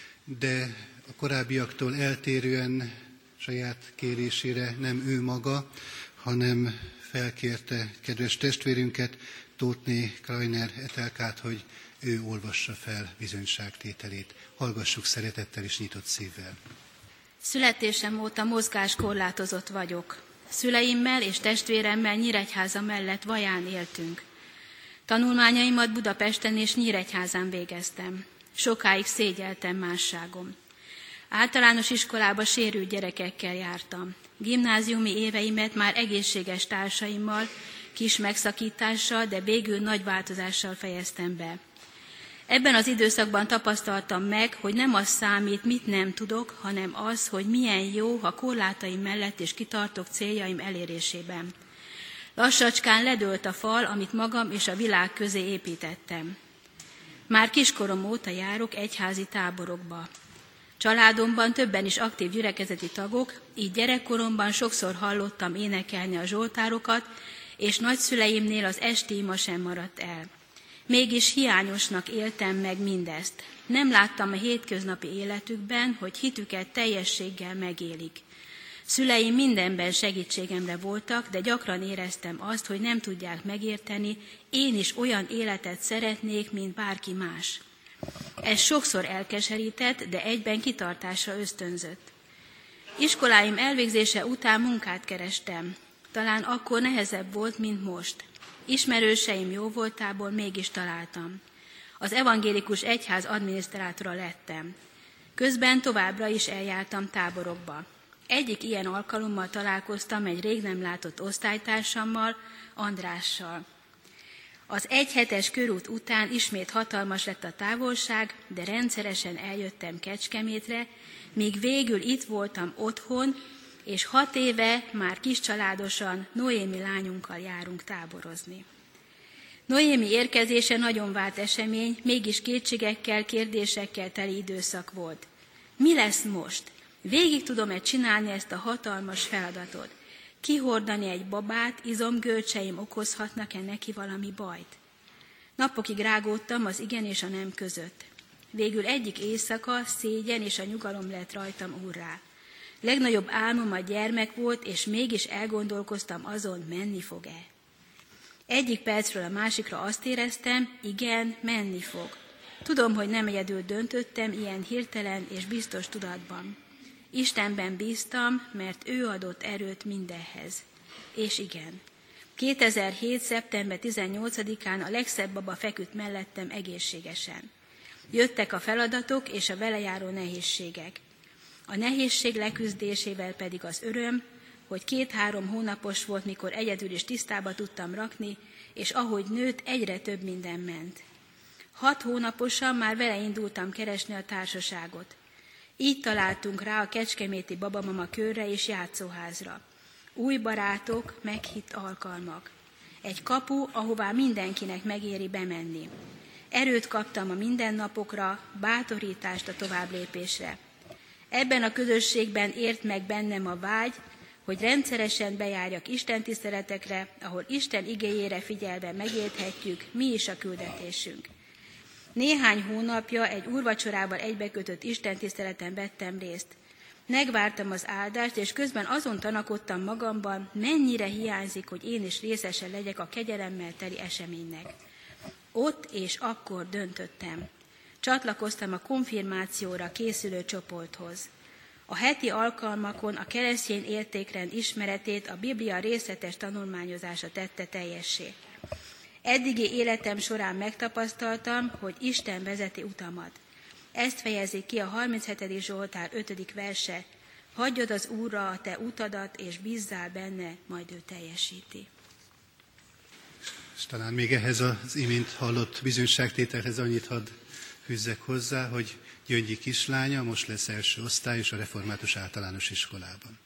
de a korábbiaktól eltérően saját kérésére nem ő maga, hanem felkérte kedves testvérünket, Tóthné Krajner Etelkát, hogy ő olvassa fel bizonyságtételét. Hallgassuk szeretettel és nyitott szívvel. Születésem óta mozgáskorlátozott vagyok. Szüleimmel és testvéremmel Nyíregyháza mellett Vaján éltünk. Tanulmányaimat Budapesten és Nyíregyházán végeztem. Sokáig szégyeltem másságom. Általános iskolába sérült gyerekekkel jártam. Gimnáziumi éveimet már egészséges társaimmal, kis megszakítással, de végül nagy változással fejeztem be. Ebben az időszakban tapasztaltam meg, hogy nem az számít, mit nem tudok, hanem az, hogy milyen jó, ha korlátaim mellett és kitartok céljaim elérésében. Lassacskán ledőlt a fal, amit magam és a világ közé építettem. Már kiskorom óta járok egyházi táborokba. Családomban többen is aktív gyülekezeti tagok, így gyerekkoromban sokszor hallottam énekelni a zsoltárokat, és nagyszüleimnél az esti ima sem maradt el. Mégis hiányosnak éltem meg mindezt. Nem láttam a hétköznapi életükben, hogy hitüket teljességgel megélik. Szüleim mindenben segítségemre voltak, de gyakran éreztem azt, hogy nem tudják megérteni, én is olyan életet szeretnék, mint bárki más. Ez sokszor elkeserített, de egyben kitartásra ösztönzött. Iskoláim elvégzése után munkát kerestem. Talán akkor nehezebb volt, mint most. Ismerőseim jóvoltából mégis találtam. Az evangélikus egyház adminisztrátora lettem. Közben továbbra is eljártam táborokba. Egyik ilyen alkalommal találkoztam egy rég nem látott osztálytársammal, Andrással. Az egyhetes körút után ismét hatalmas lett a távolság, de rendszeresen eljöttem Kecskemétre, míg végül itt voltam otthon, és hat éve már kiscsaládosan Noémi lányunkkal járunk táborozni. Noémi érkezése nagyon várt esemény, mégis kétségekkel, kérdésekkel teli időszak volt. Mi lesz most? Végig tudom-e csinálni ezt a hatalmas feladatot? Kihordani egy babát, izomgörcseim okozhatnak-e neki valami bajt? Napokig rágódtam az igen és a nem között. Végül egyik éjszaka szégyen és a nyugalom lett rajtam úrrá. Legnagyobb álmom a gyermek volt, és mégis elgondolkoztam azon, menni fog-e. Egyik percről a másikra azt éreztem, igen, menni fog. Tudom, hogy nem egyedül döntöttem ilyen hirtelen és biztos tudatban. Istenben bíztam, mert ő adott erőt mindenhez. És igen, kétezer-hét. szeptember tizennyolcadikán a legszebb baba feküdt mellettem egészségesen. Jöttek a feladatok és a vele járó nehézségek. A nehézség leküzdésével pedig az öröm, hogy két-három hónapos volt, mikor egyedül is tisztába tudtam rakni, és ahogy nőtt, egyre több minden ment. Hat hónaposan már vele indultam keresni a társaságot. Így találtunk rá a kecskeméti babamama körre és játszóházra. Új barátok, meghitt alkalmak. Egy kapu, ahová mindenkinek megéri bemenni. Erőt kaptam a mindennapokra, bátorítást a továbblépésre. Ebben a közösségben ért meg bennem a vágy, hogy rendszeresen bejárjak istentiszteletekre, ahol Isten igéjére figyelve megérthetjük, mi is a küldetésünk. Néhány hónapja egy úrvacsorával egybekötött istentiszteleten vettem részt. Megvártam az áldást, és közben azon tanakodtam magamban, mennyire hiányzik, hogy én is részese legyek a kegyelemmel teli eseménynek. Ott és akkor döntöttem. Csatlakoztam a konfirmációra készülő csoporthoz. A heti alkalmakon a keresztény értékrend ismeretét a Biblia részletes tanulmányozása tette teljessé. Eddigi életem során megtapasztaltam, hogy Isten vezeti utamat. Ezt fejezi ki a harminchetedik Zsoltár ötödik verse. Hagyjad az Úrra a te utadat, és bízzál benne, majd ő teljesíti. És talán még ehhez az imént hallott bizonyságtételhez annyit hadd fűzzek hozzá, hogy Gyöngyi kislánya most lesz első osztályos a Református Általános Iskolában.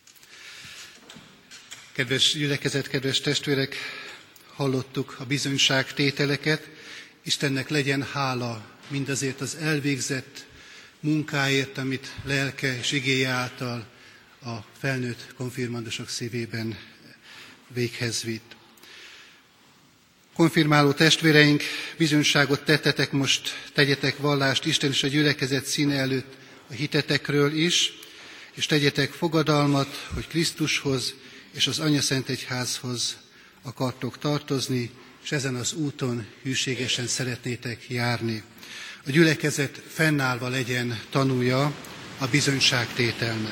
Kedves gyülekezet, kedves testvérek, hallottuk a bizonyságtételeket. Istennek legyen hála mindazért az elvégzett munkáért, amit lelke és igéje által a felnőtt konfirmandusok szívében véghez vitt. Konfirmáló testvéreink, bizonyságot tettetek most, tegyetek vallást Isten és a gyülekezet színe előtt a hitetekről is, és tegyetek fogadalmat, hogy Krisztushoz és az Anyaszentegyházhoz akartok tartozni, és ezen az úton hűségesen szeretnétek járni. A gyülekezet fennállva legyen tanúja a bizonyságtételnek.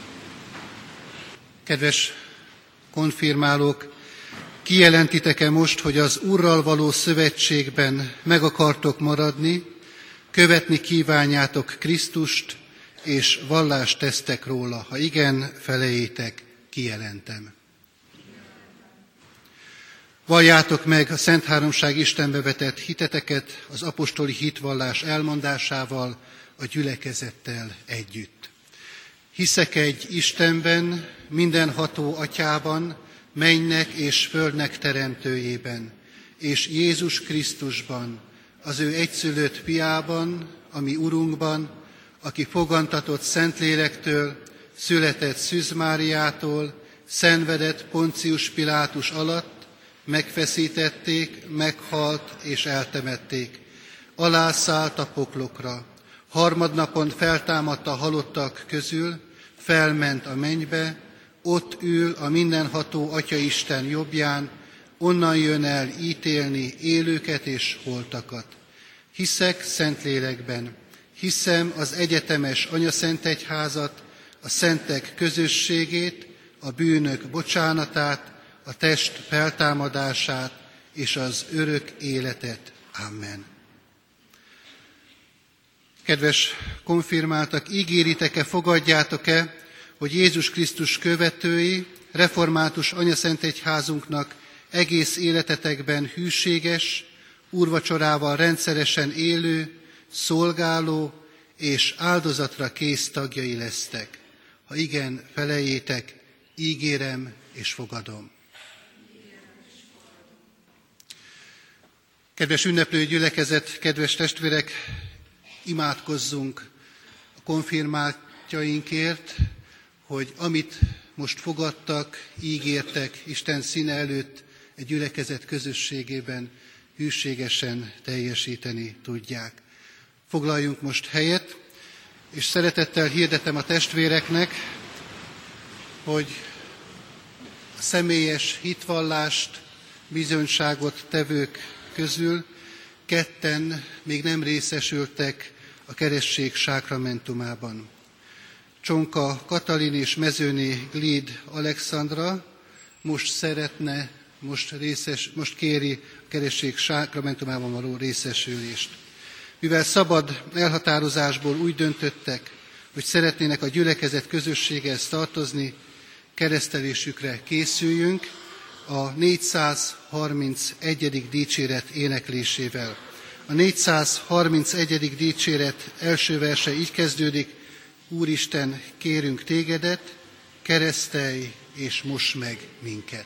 Kedves konfirmálók, kijelentitek-e most, hogy az Úrral való szövetségben meg akartok maradni, követni kívánjátok Krisztust, és vallást tesztek róla? Ha igen, felejétek, kijelentem. Valljátok meg a Szent Háromság Istenbe vetett hiteteket az apostoli hitvallás elmondásával, a gyülekezettel együtt. Hiszek egy Istenben, mindenható Atyában, mennynek és földnek teremtőjében, és Jézus Krisztusban, az ő egyszülött fiában, a mi Urunkban, aki fogantatott Szentlélektől, született Szűz Máriától, szenvedett Poncius Pilátus alatt, megfeszítették, meghalt és eltemették. Alászállt a poklokra, harmadnapon feltámadt a halottak közül, felment a mennybe, ott ül a mindenható Atyaisten jobbján, onnan jön el ítélni élőket és holtakat. Hiszek Szentlélekben, hiszem az egyetemes Anyaszentegyházat, a szentek közösségét, a bűnök bocsánatát, a test feltámadását és az örök életet. Amen. Kedves konfirmáltak, ígéritek-e, fogadjátok-e, hogy Jézus Krisztus követői, református Anyaszentegyházunknak egész életetekben hűséges, úrvacsorával rendszeresen élő, szolgáló és áldozatra kész tagjai lesztek. Ha igen, felejétek, ígérem és fogadom. Kedves ünneplő gyülekezet, kedves testvérek, imádkozzunk a konfirmáltjainkért, hogy amit most fogadtak, ígértek Isten színe előtt egy gyülekezet közösségében, hűségesen teljesíteni tudják. Foglaljunk most helyet, és szeretettel hirdetem a testvéreknek, hogy a személyes hitvallást, bizonyságot tevők közül ketten még nem részesültek a keresztség sákramentumában. Csonka Katalin és Mezőné Glíd Alexandra most szeretne, most, részes, most kéri a keresztség sákramentumában való részesülést. Mivel szabad elhatározásból úgy döntöttek, hogy szeretnének a gyülekezet közösséghez tartozni, keresztelésükre készüljünk a négyszázharmincegyedik dicséret éneklésével. A négyszázharmincegyedik dicséret első verse így kezdődik: Úristen, kérünk tégedet, keresztelj és moss meg minket.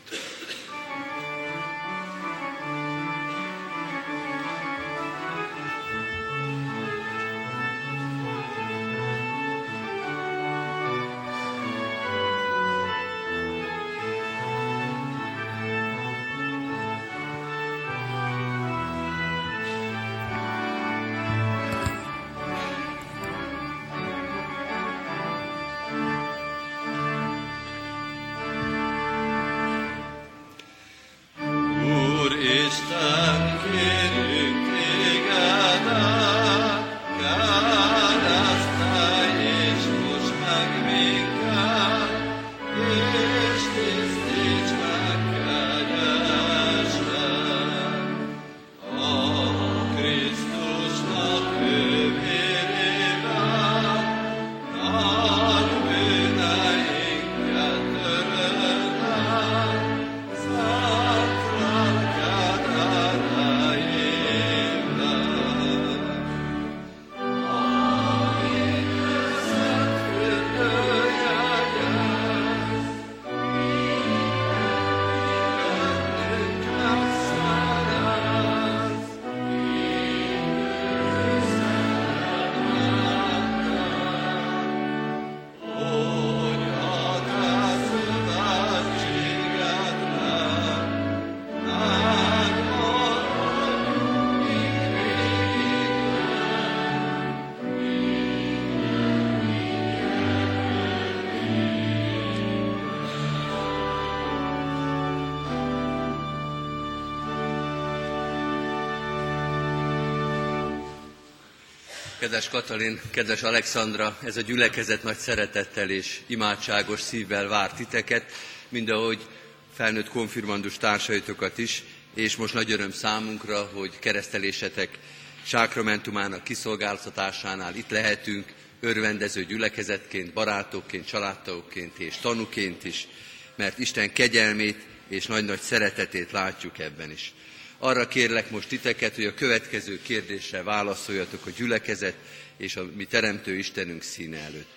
Kedves Katalin, kedves Alexandra, ez a gyülekezet nagy szeretettel és imádságos szívvel vár titeket, mind ahogy felnőtt konfirmandus társaitokat is, és most nagy öröm számunkra, hogy keresztelésetek sákramentumának kiszolgáltatásánál itt lehetünk, örvendező gyülekezetként, barátokként, családtagokként és tanuként is, mert Isten kegyelmét és nagy-nagy szeretetét látjuk ebben is. Arra kérlek most titeket, hogy a következő kérdésre válaszoljatok a gyülekezet és a mi teremtő Istenünk színe előtt.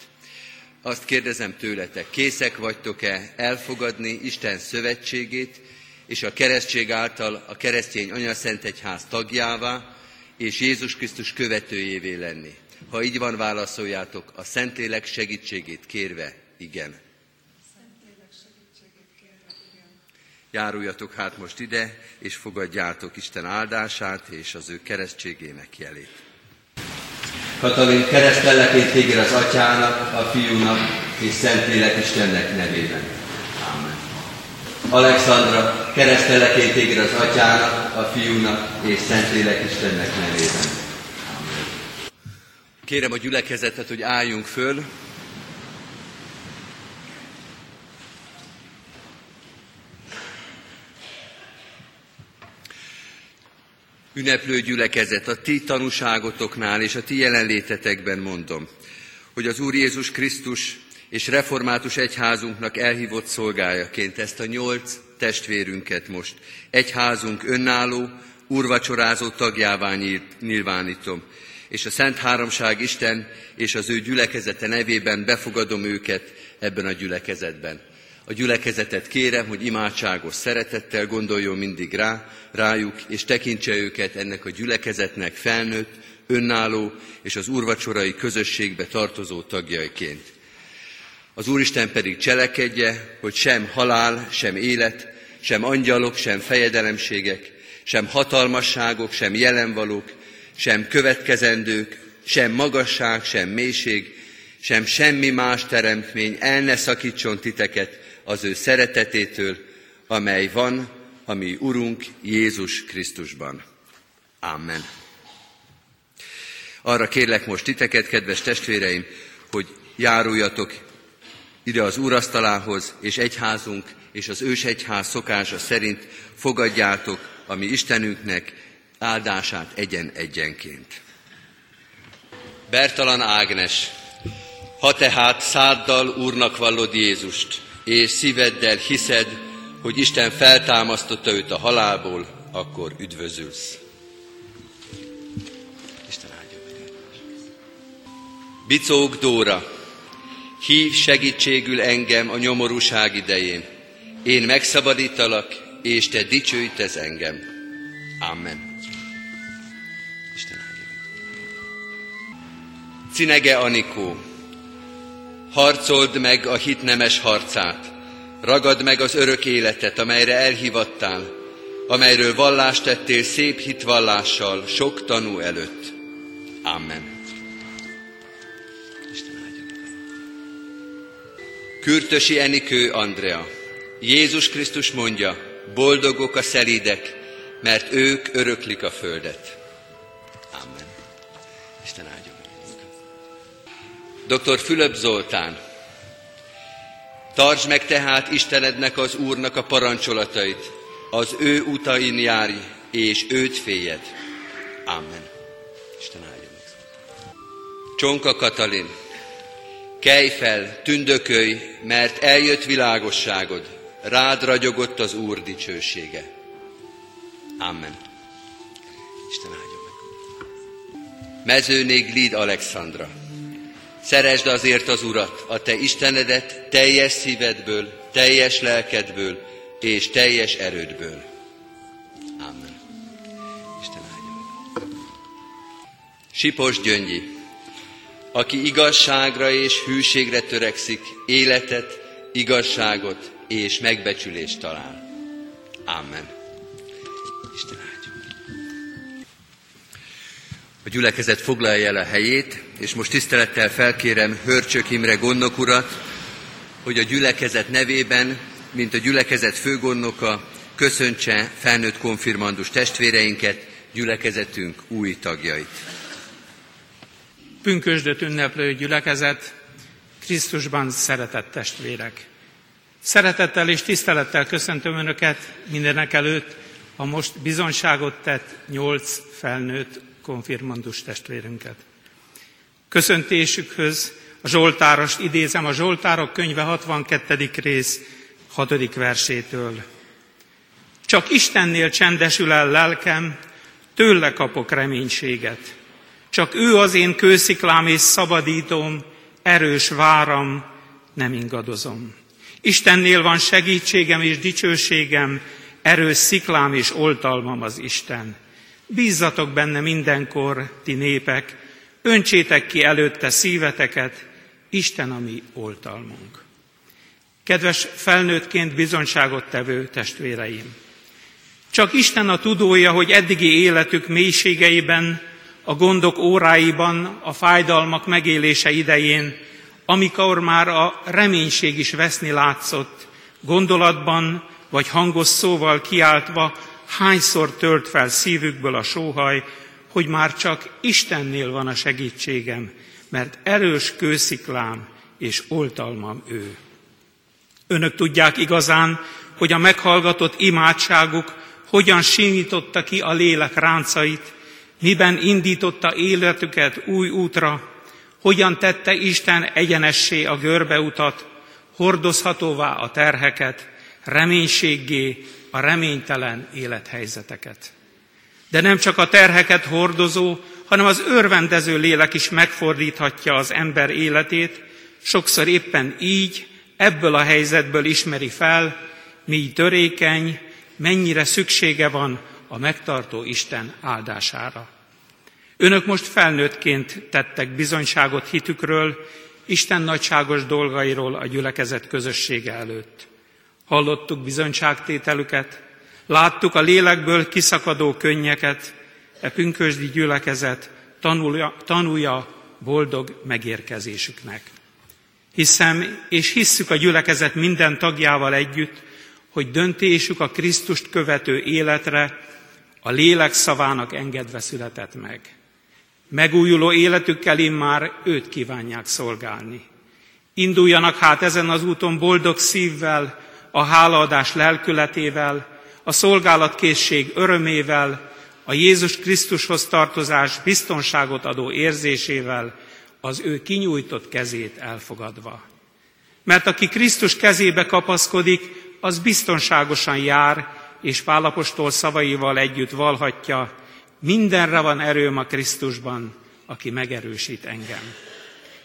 Azt kérdezem tőletek, készek vagytok-e elfogadni Isten szövetségét, és a keresztség által a keresztény anyaszentegyház tagjává, és Jézus Krisztus követőjévé lenni? Ha így van, válaszoljátok a Szentlélek segítségét kérve, igen. Járuljatok hát most ide, és fogadjátok Isten áldását és az ő keresztségének jelét. Katalin, keresztellek én téged az Atyának, a Fiúnak és Szentlélek Istennek nevében. Ámen. Alexandra, keresztellek én téged az Atyának, a Fiúnak és Szentlélek Istennek nevében. Ámen. Kérem a gyülekezetet, hogy álljunk föl. Ünneplő gyülekezet, a ti tanúságotoknál és a ti jelenlétetekben mondom, hogy az Úr Jézus Krisztus és református egyházunknak elhívott szolgájaként ezt a nyolc testvérünket most egyházunk önálló, úrvacsorázó tagjává nyilvánítom, és a Szent Háromság Isten és az ő gyülekezete nevében befogadom őket ebben a gyülekezetben. A gyülekezetet kérem, hogy imádságos szeretettel gondoljon mindig rá, rájuk, és tekintse őket ennek a gyülekezetnek felnőtt, önálló és az úrvacsorai közösségbe tartozó tagjaiként. Az Úristen pedig cselekedje, hogy sem halál, sem élet, sem angyalok, sem fejedelemségek, sem hatalmasságok, sem jelenvalók, sem következendők, sem magasság, sem mélység, sem semmi más teremtmény el ne szakítson titeket az ő szeretetétől, amely van a mi Urunk Jézus Krisztusban. Amen. Arra kérlek most titeket, kedves testvéreim, hogy járuljatok ide az úrasztalához, és egyházunk és az ősegyház szokása szerint fogadjátok a mi Istenünknek áldását egyen-egyenként. Bertalan Ágnes, ha tehát száddal Úrnak vallod Jézust, és szíveddel hiszed, hogy Isten feltámasztotta őt a halálból, akkor üdvözülsz. Bicók Dóra, hív segítségül engem a nyomorúság idején. Én megszabadítalak, és te dicsőítesz engem. Amen. Isten áldja meg. Cinege Anikó, harcold meg a hit nemes harcát, ragad meg az örök életet, amelyre elhívattál, amelyről vallást tettél szép hitvallással sok tanú előtt. Amen. Kürtösi Enikő Andrea, Jézus Krisztus mondja, boldogok a szelídek, mert ők öröklik a földet. Amen. Isten áldja meg. doktor Fülöp Zoltán, tartsd meg tehát Istenednek, az Úrnak a parancsolatait, az ő utain járj, és őt féljed. Amen. Isten áldja meg. Csonka Katalin, kelj fel, tündökölj, mert eljött világosságod, rád ragyogott az Úr dicsősége. Amen. Isten áldja meg. Mezőné Glíd Alexandra, szeresd azért az Urat, a te Istenedet teljes szívedből, teljes lelkedből és teljes erődből. Amen. Isten áldja meg. Sipos Gyöngyi, aki igazságra és hűségre törekszik, életet, igazságot és megbecsülést talál. Amen. Isten áldja. A gyülekezet foglalja el a helyét, és most tisztelettel felkérem Hörcsök Imre gondnok urat, hogy a gyülekezet nevében, mint a gyülekezet főgondnoka, köszöntse felnőtt konfirmandus testvéreinket, gyülekezetünk új tagjait. Pünkösdöt ünneplő gyülekezet, Krisztusban szeretett testvérek. Szeretettel és tisztelettel köszöntöm Önöket, mindenek előtt a most bizonyságot tett nyolc felnőtt konfirmandus testvérünket. Köszöntésükhöz a Zsoltárost idézem, a Zsoltárok könyve hatvankettedik rész hatodik versétől. Csak Istennél csendesül el lelkem, tőle kapok reménységet. Csak ő az én kősziklám és szabadítom, erős váram, nem ingadozom. Istennél van segítségem és dicsőségem, erős sziklám és oltalmam az Isten. Bízzatok benne mindenkor, ti népek, öntsétek ki előtte szíveteket, Isten a mi oltalmunk. Kedves felnőttként bizonyságot tevő testvéreim! Csak Isten a tudója, hogy eddigi életük mélységeiben, a gondok óráiban, a fájdalmak megélése idején, amikor már a reménység is veszni látszott, gondolatban vagy hangos szóval kiáltva, hányszor tört fel szívükből a sóhaj, hogy már csak Istennél van a segítségem, mert erős kősziklám és oltalmam ő. Önök tudják igazán, hogy a meghallgatott imádságuk hogyan simította ki a lélek ráncait, miben indította életüket új útra, hogyan tette Isten egyenessé a görbeutat, hordozhatóvá a terheket, reménységgé a reménytelen élethelyzeteket. De nem csak a terheket hordozó, hanem az örvendező lélek is megfordíthatja az ember életét, sokszor éppen így, ebből a helyzetből ismeri fel, mi törékeny, mennyire szüksége van a megtartó Isten áldására. Önök most felnőttként tettek bizonyságot hitükről, Isten nagyságos dolgairól a gyülekezet közössége előtt. Hallottuk bizonyságtételüket, láttuk a lélekből kiszakadó könnyeket, e pünkösdi gyülekezet tanulja, tanulja boldog megérkezésüknek. Hiszem és hisszük a gyülekezet minden tagjával együtt, hogy döntésük a Krisztust követő életre a lélek szavának engedve született meg. Megújuló életükkel immár őt kívánják szolgálni. Induljanak hát ezen az úton boldog szívvel, a hálaadás lelkületével, a szolgálatkészség örömével, a Jézus Krisztushoz tartozás biztonságot adó érzésével, az ő kinyújtott kezét elfogadva. Mert aki Krisztus kezébe kapaszkodik, az biztonságosan jár, és Pál apostol szavaival együtt vallhatja, mindenre van erőm a Krisztusban, aki megerősít engem.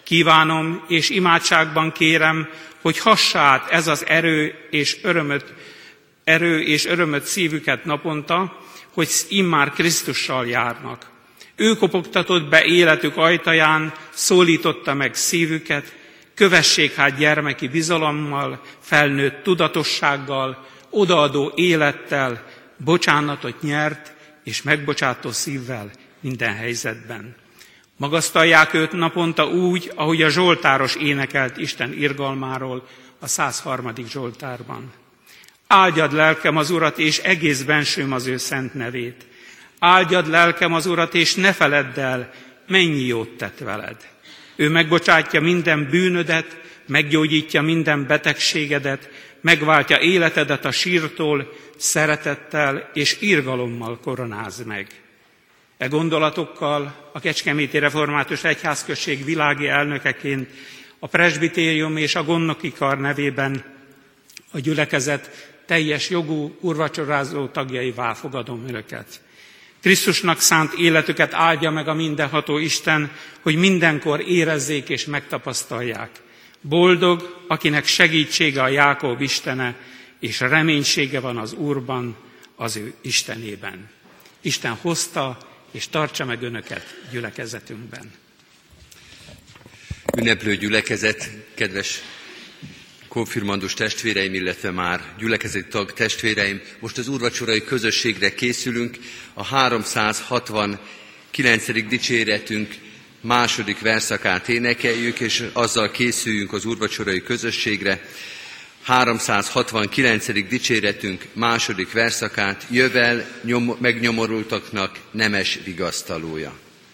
Kívánom és imádságban kérem, hogy hassa át ez az erő és örömöt, erő és örömöt szívüket naponta, hogy immár Krisztussal járnak. Ő kopogtatott be életük ajtaján, szólította meg szívüket, kövessék hát gyermeki bizalommal, felnőtt tudatossággal, odaadó élettel, bocsánatot nyert és megbocsátó szívvel minden helyzetben. Magasztalják őt naponta úgy, ahogy a zsoltáros énekelt Isten irgalmáról a száz harmadik zsoltárban. Áldjad lelkem az Urat, és egész bensőm az ő szent nevét. Áldjad lelkem az Urat, és ne feledd el, mennyi jót tett veled. Ő megbocsátja minden bűnödet, meggyógyítja minden betegségedet, megváltja életedet a sírtól, szeretettel és irgalommal koronáz meg. E gondolatokkal a Kecskeméti Református Egyházközség világi elnökeként a presbitérium és a gondnoki kar nevében a gyülekezet teljes jogú úrvacsorázó tagjaivá fogadom önöket. Krisztusnak szánt életüket áldja meg a mindenható Isten, hogy mindenkor érezzék és megtapasztalják. Boldog, akinek segítsége a Jákob Istene, és reménysége van az Úrban, az ő Istenében. Isten hozta és tartsa meg önöket gyülekezetünkben. Ünneplő gyülekezet, kedves konfirmandus testvéreim, illetve már gyülekezeti tag testvéreim, most az úrvacsorai közösségre készülünk, a háromszázhatvankilencedik dicséretünk második verszakát énekeljük, és azzal készüljünk az úrvacsorai közösségre. háromszázhatvankilencedik dicséretünk második verszakát, jövel nyom, megnyomorultaknak nemes vigasztalója.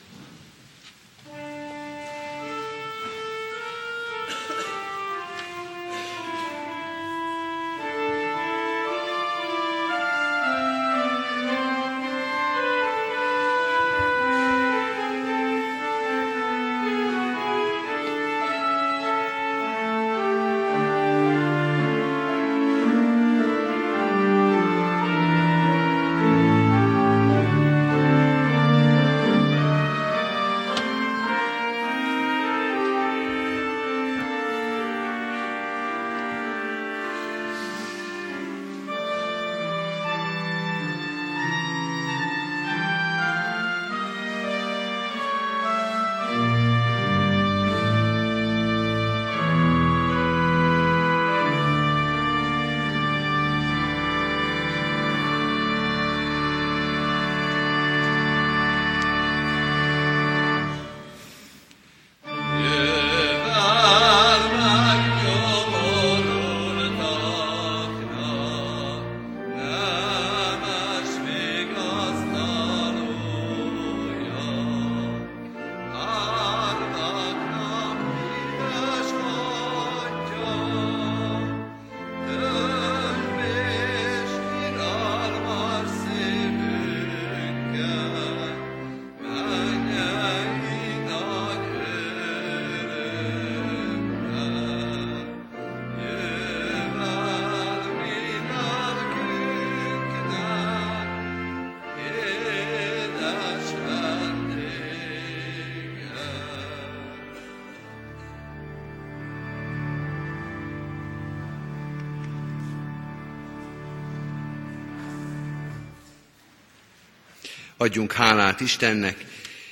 Adjunk hálát Istennek,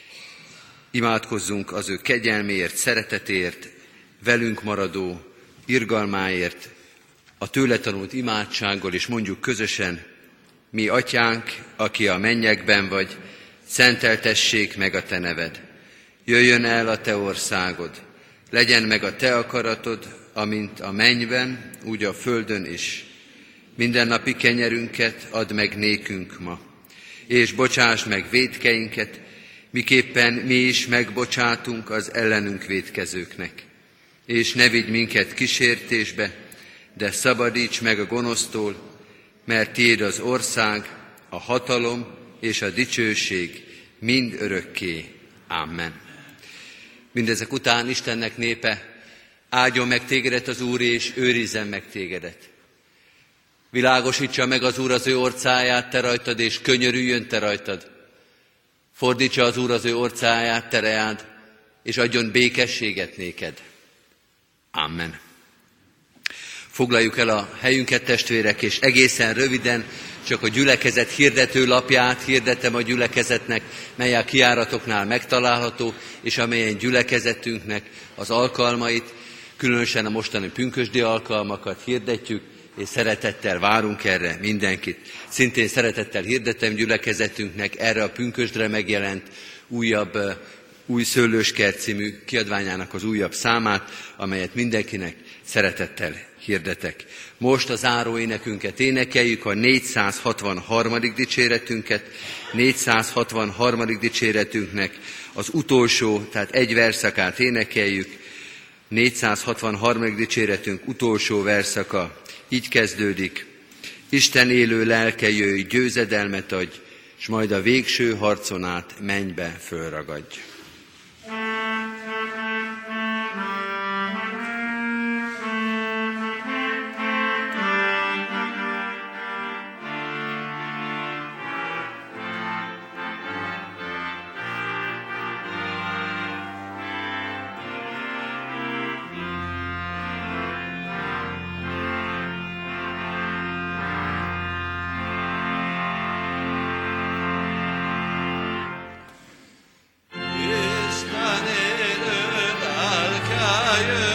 imádkozzunk az ő kegyelméért, szeretetért, velünk maradó irgalmáért, a tőle tanult imádsággal, és mondjuk közösen: mi atyánk, aki a mennyekben vagy, szenteltessék meg a te neved. Jöjjön el a te országod, legyen meg a te akaratod, amint a mennyben, úgy a földön is. Mindennapi kenyerünket add meg nékünk ma, és bocsásd meg vétkeinket, miképpen mi is megbocsátunk az ellenünk vétkezőknek. És ne vigy minket kísértésbe, de szabadíts meg a gonosztól, mert tiéd az ország, a hatalom és a dicsőség mind örökké. Amen. Mindezek után Istennek népe, áldjon meg tégedet az Úr, és őrizzen meg tégedet. Világosítsa meg az Úr az ő orcáját te rajtad, és könyörüljön te rajtad. Fordítsa az Úr az ő orcáját te reád, és adjon békességet néked. Amen. Foglaljuk el a helyünket, testvérek, és egészen röviden csak a gyülekezet hirdető lapját hirdetem a gyülekezetnek, mely a kijáratoknál megtalálható, és amelyen gyülekezetünknek az alkalmait, különösen a mostani pünkösdi alkalmakat hirdetjük, és szeretettel várunk erre mindenkit. Szintén szeretettel hirdetem gyülekezetünknek erre a pünkösdre megjelent újabb, új Szőlőskert című kiadványának az újabb számát, amelyet mindenkinek szeretettel hirdetek. Most a záró énekünket énekeljük, a négyszázhatvanharmadik dicséretünket, négyszázhatvanharmadik dicséretünknek az utolsó, tehát egy verszakát énekeljük, négyszázhatvanharmadik dicséretünk utolsó verszaka így kezdődik: Isten élő lelke, jöjj, győzedelmet adj, s majd a végső harcon át mennybe fölragadj. Jöjj,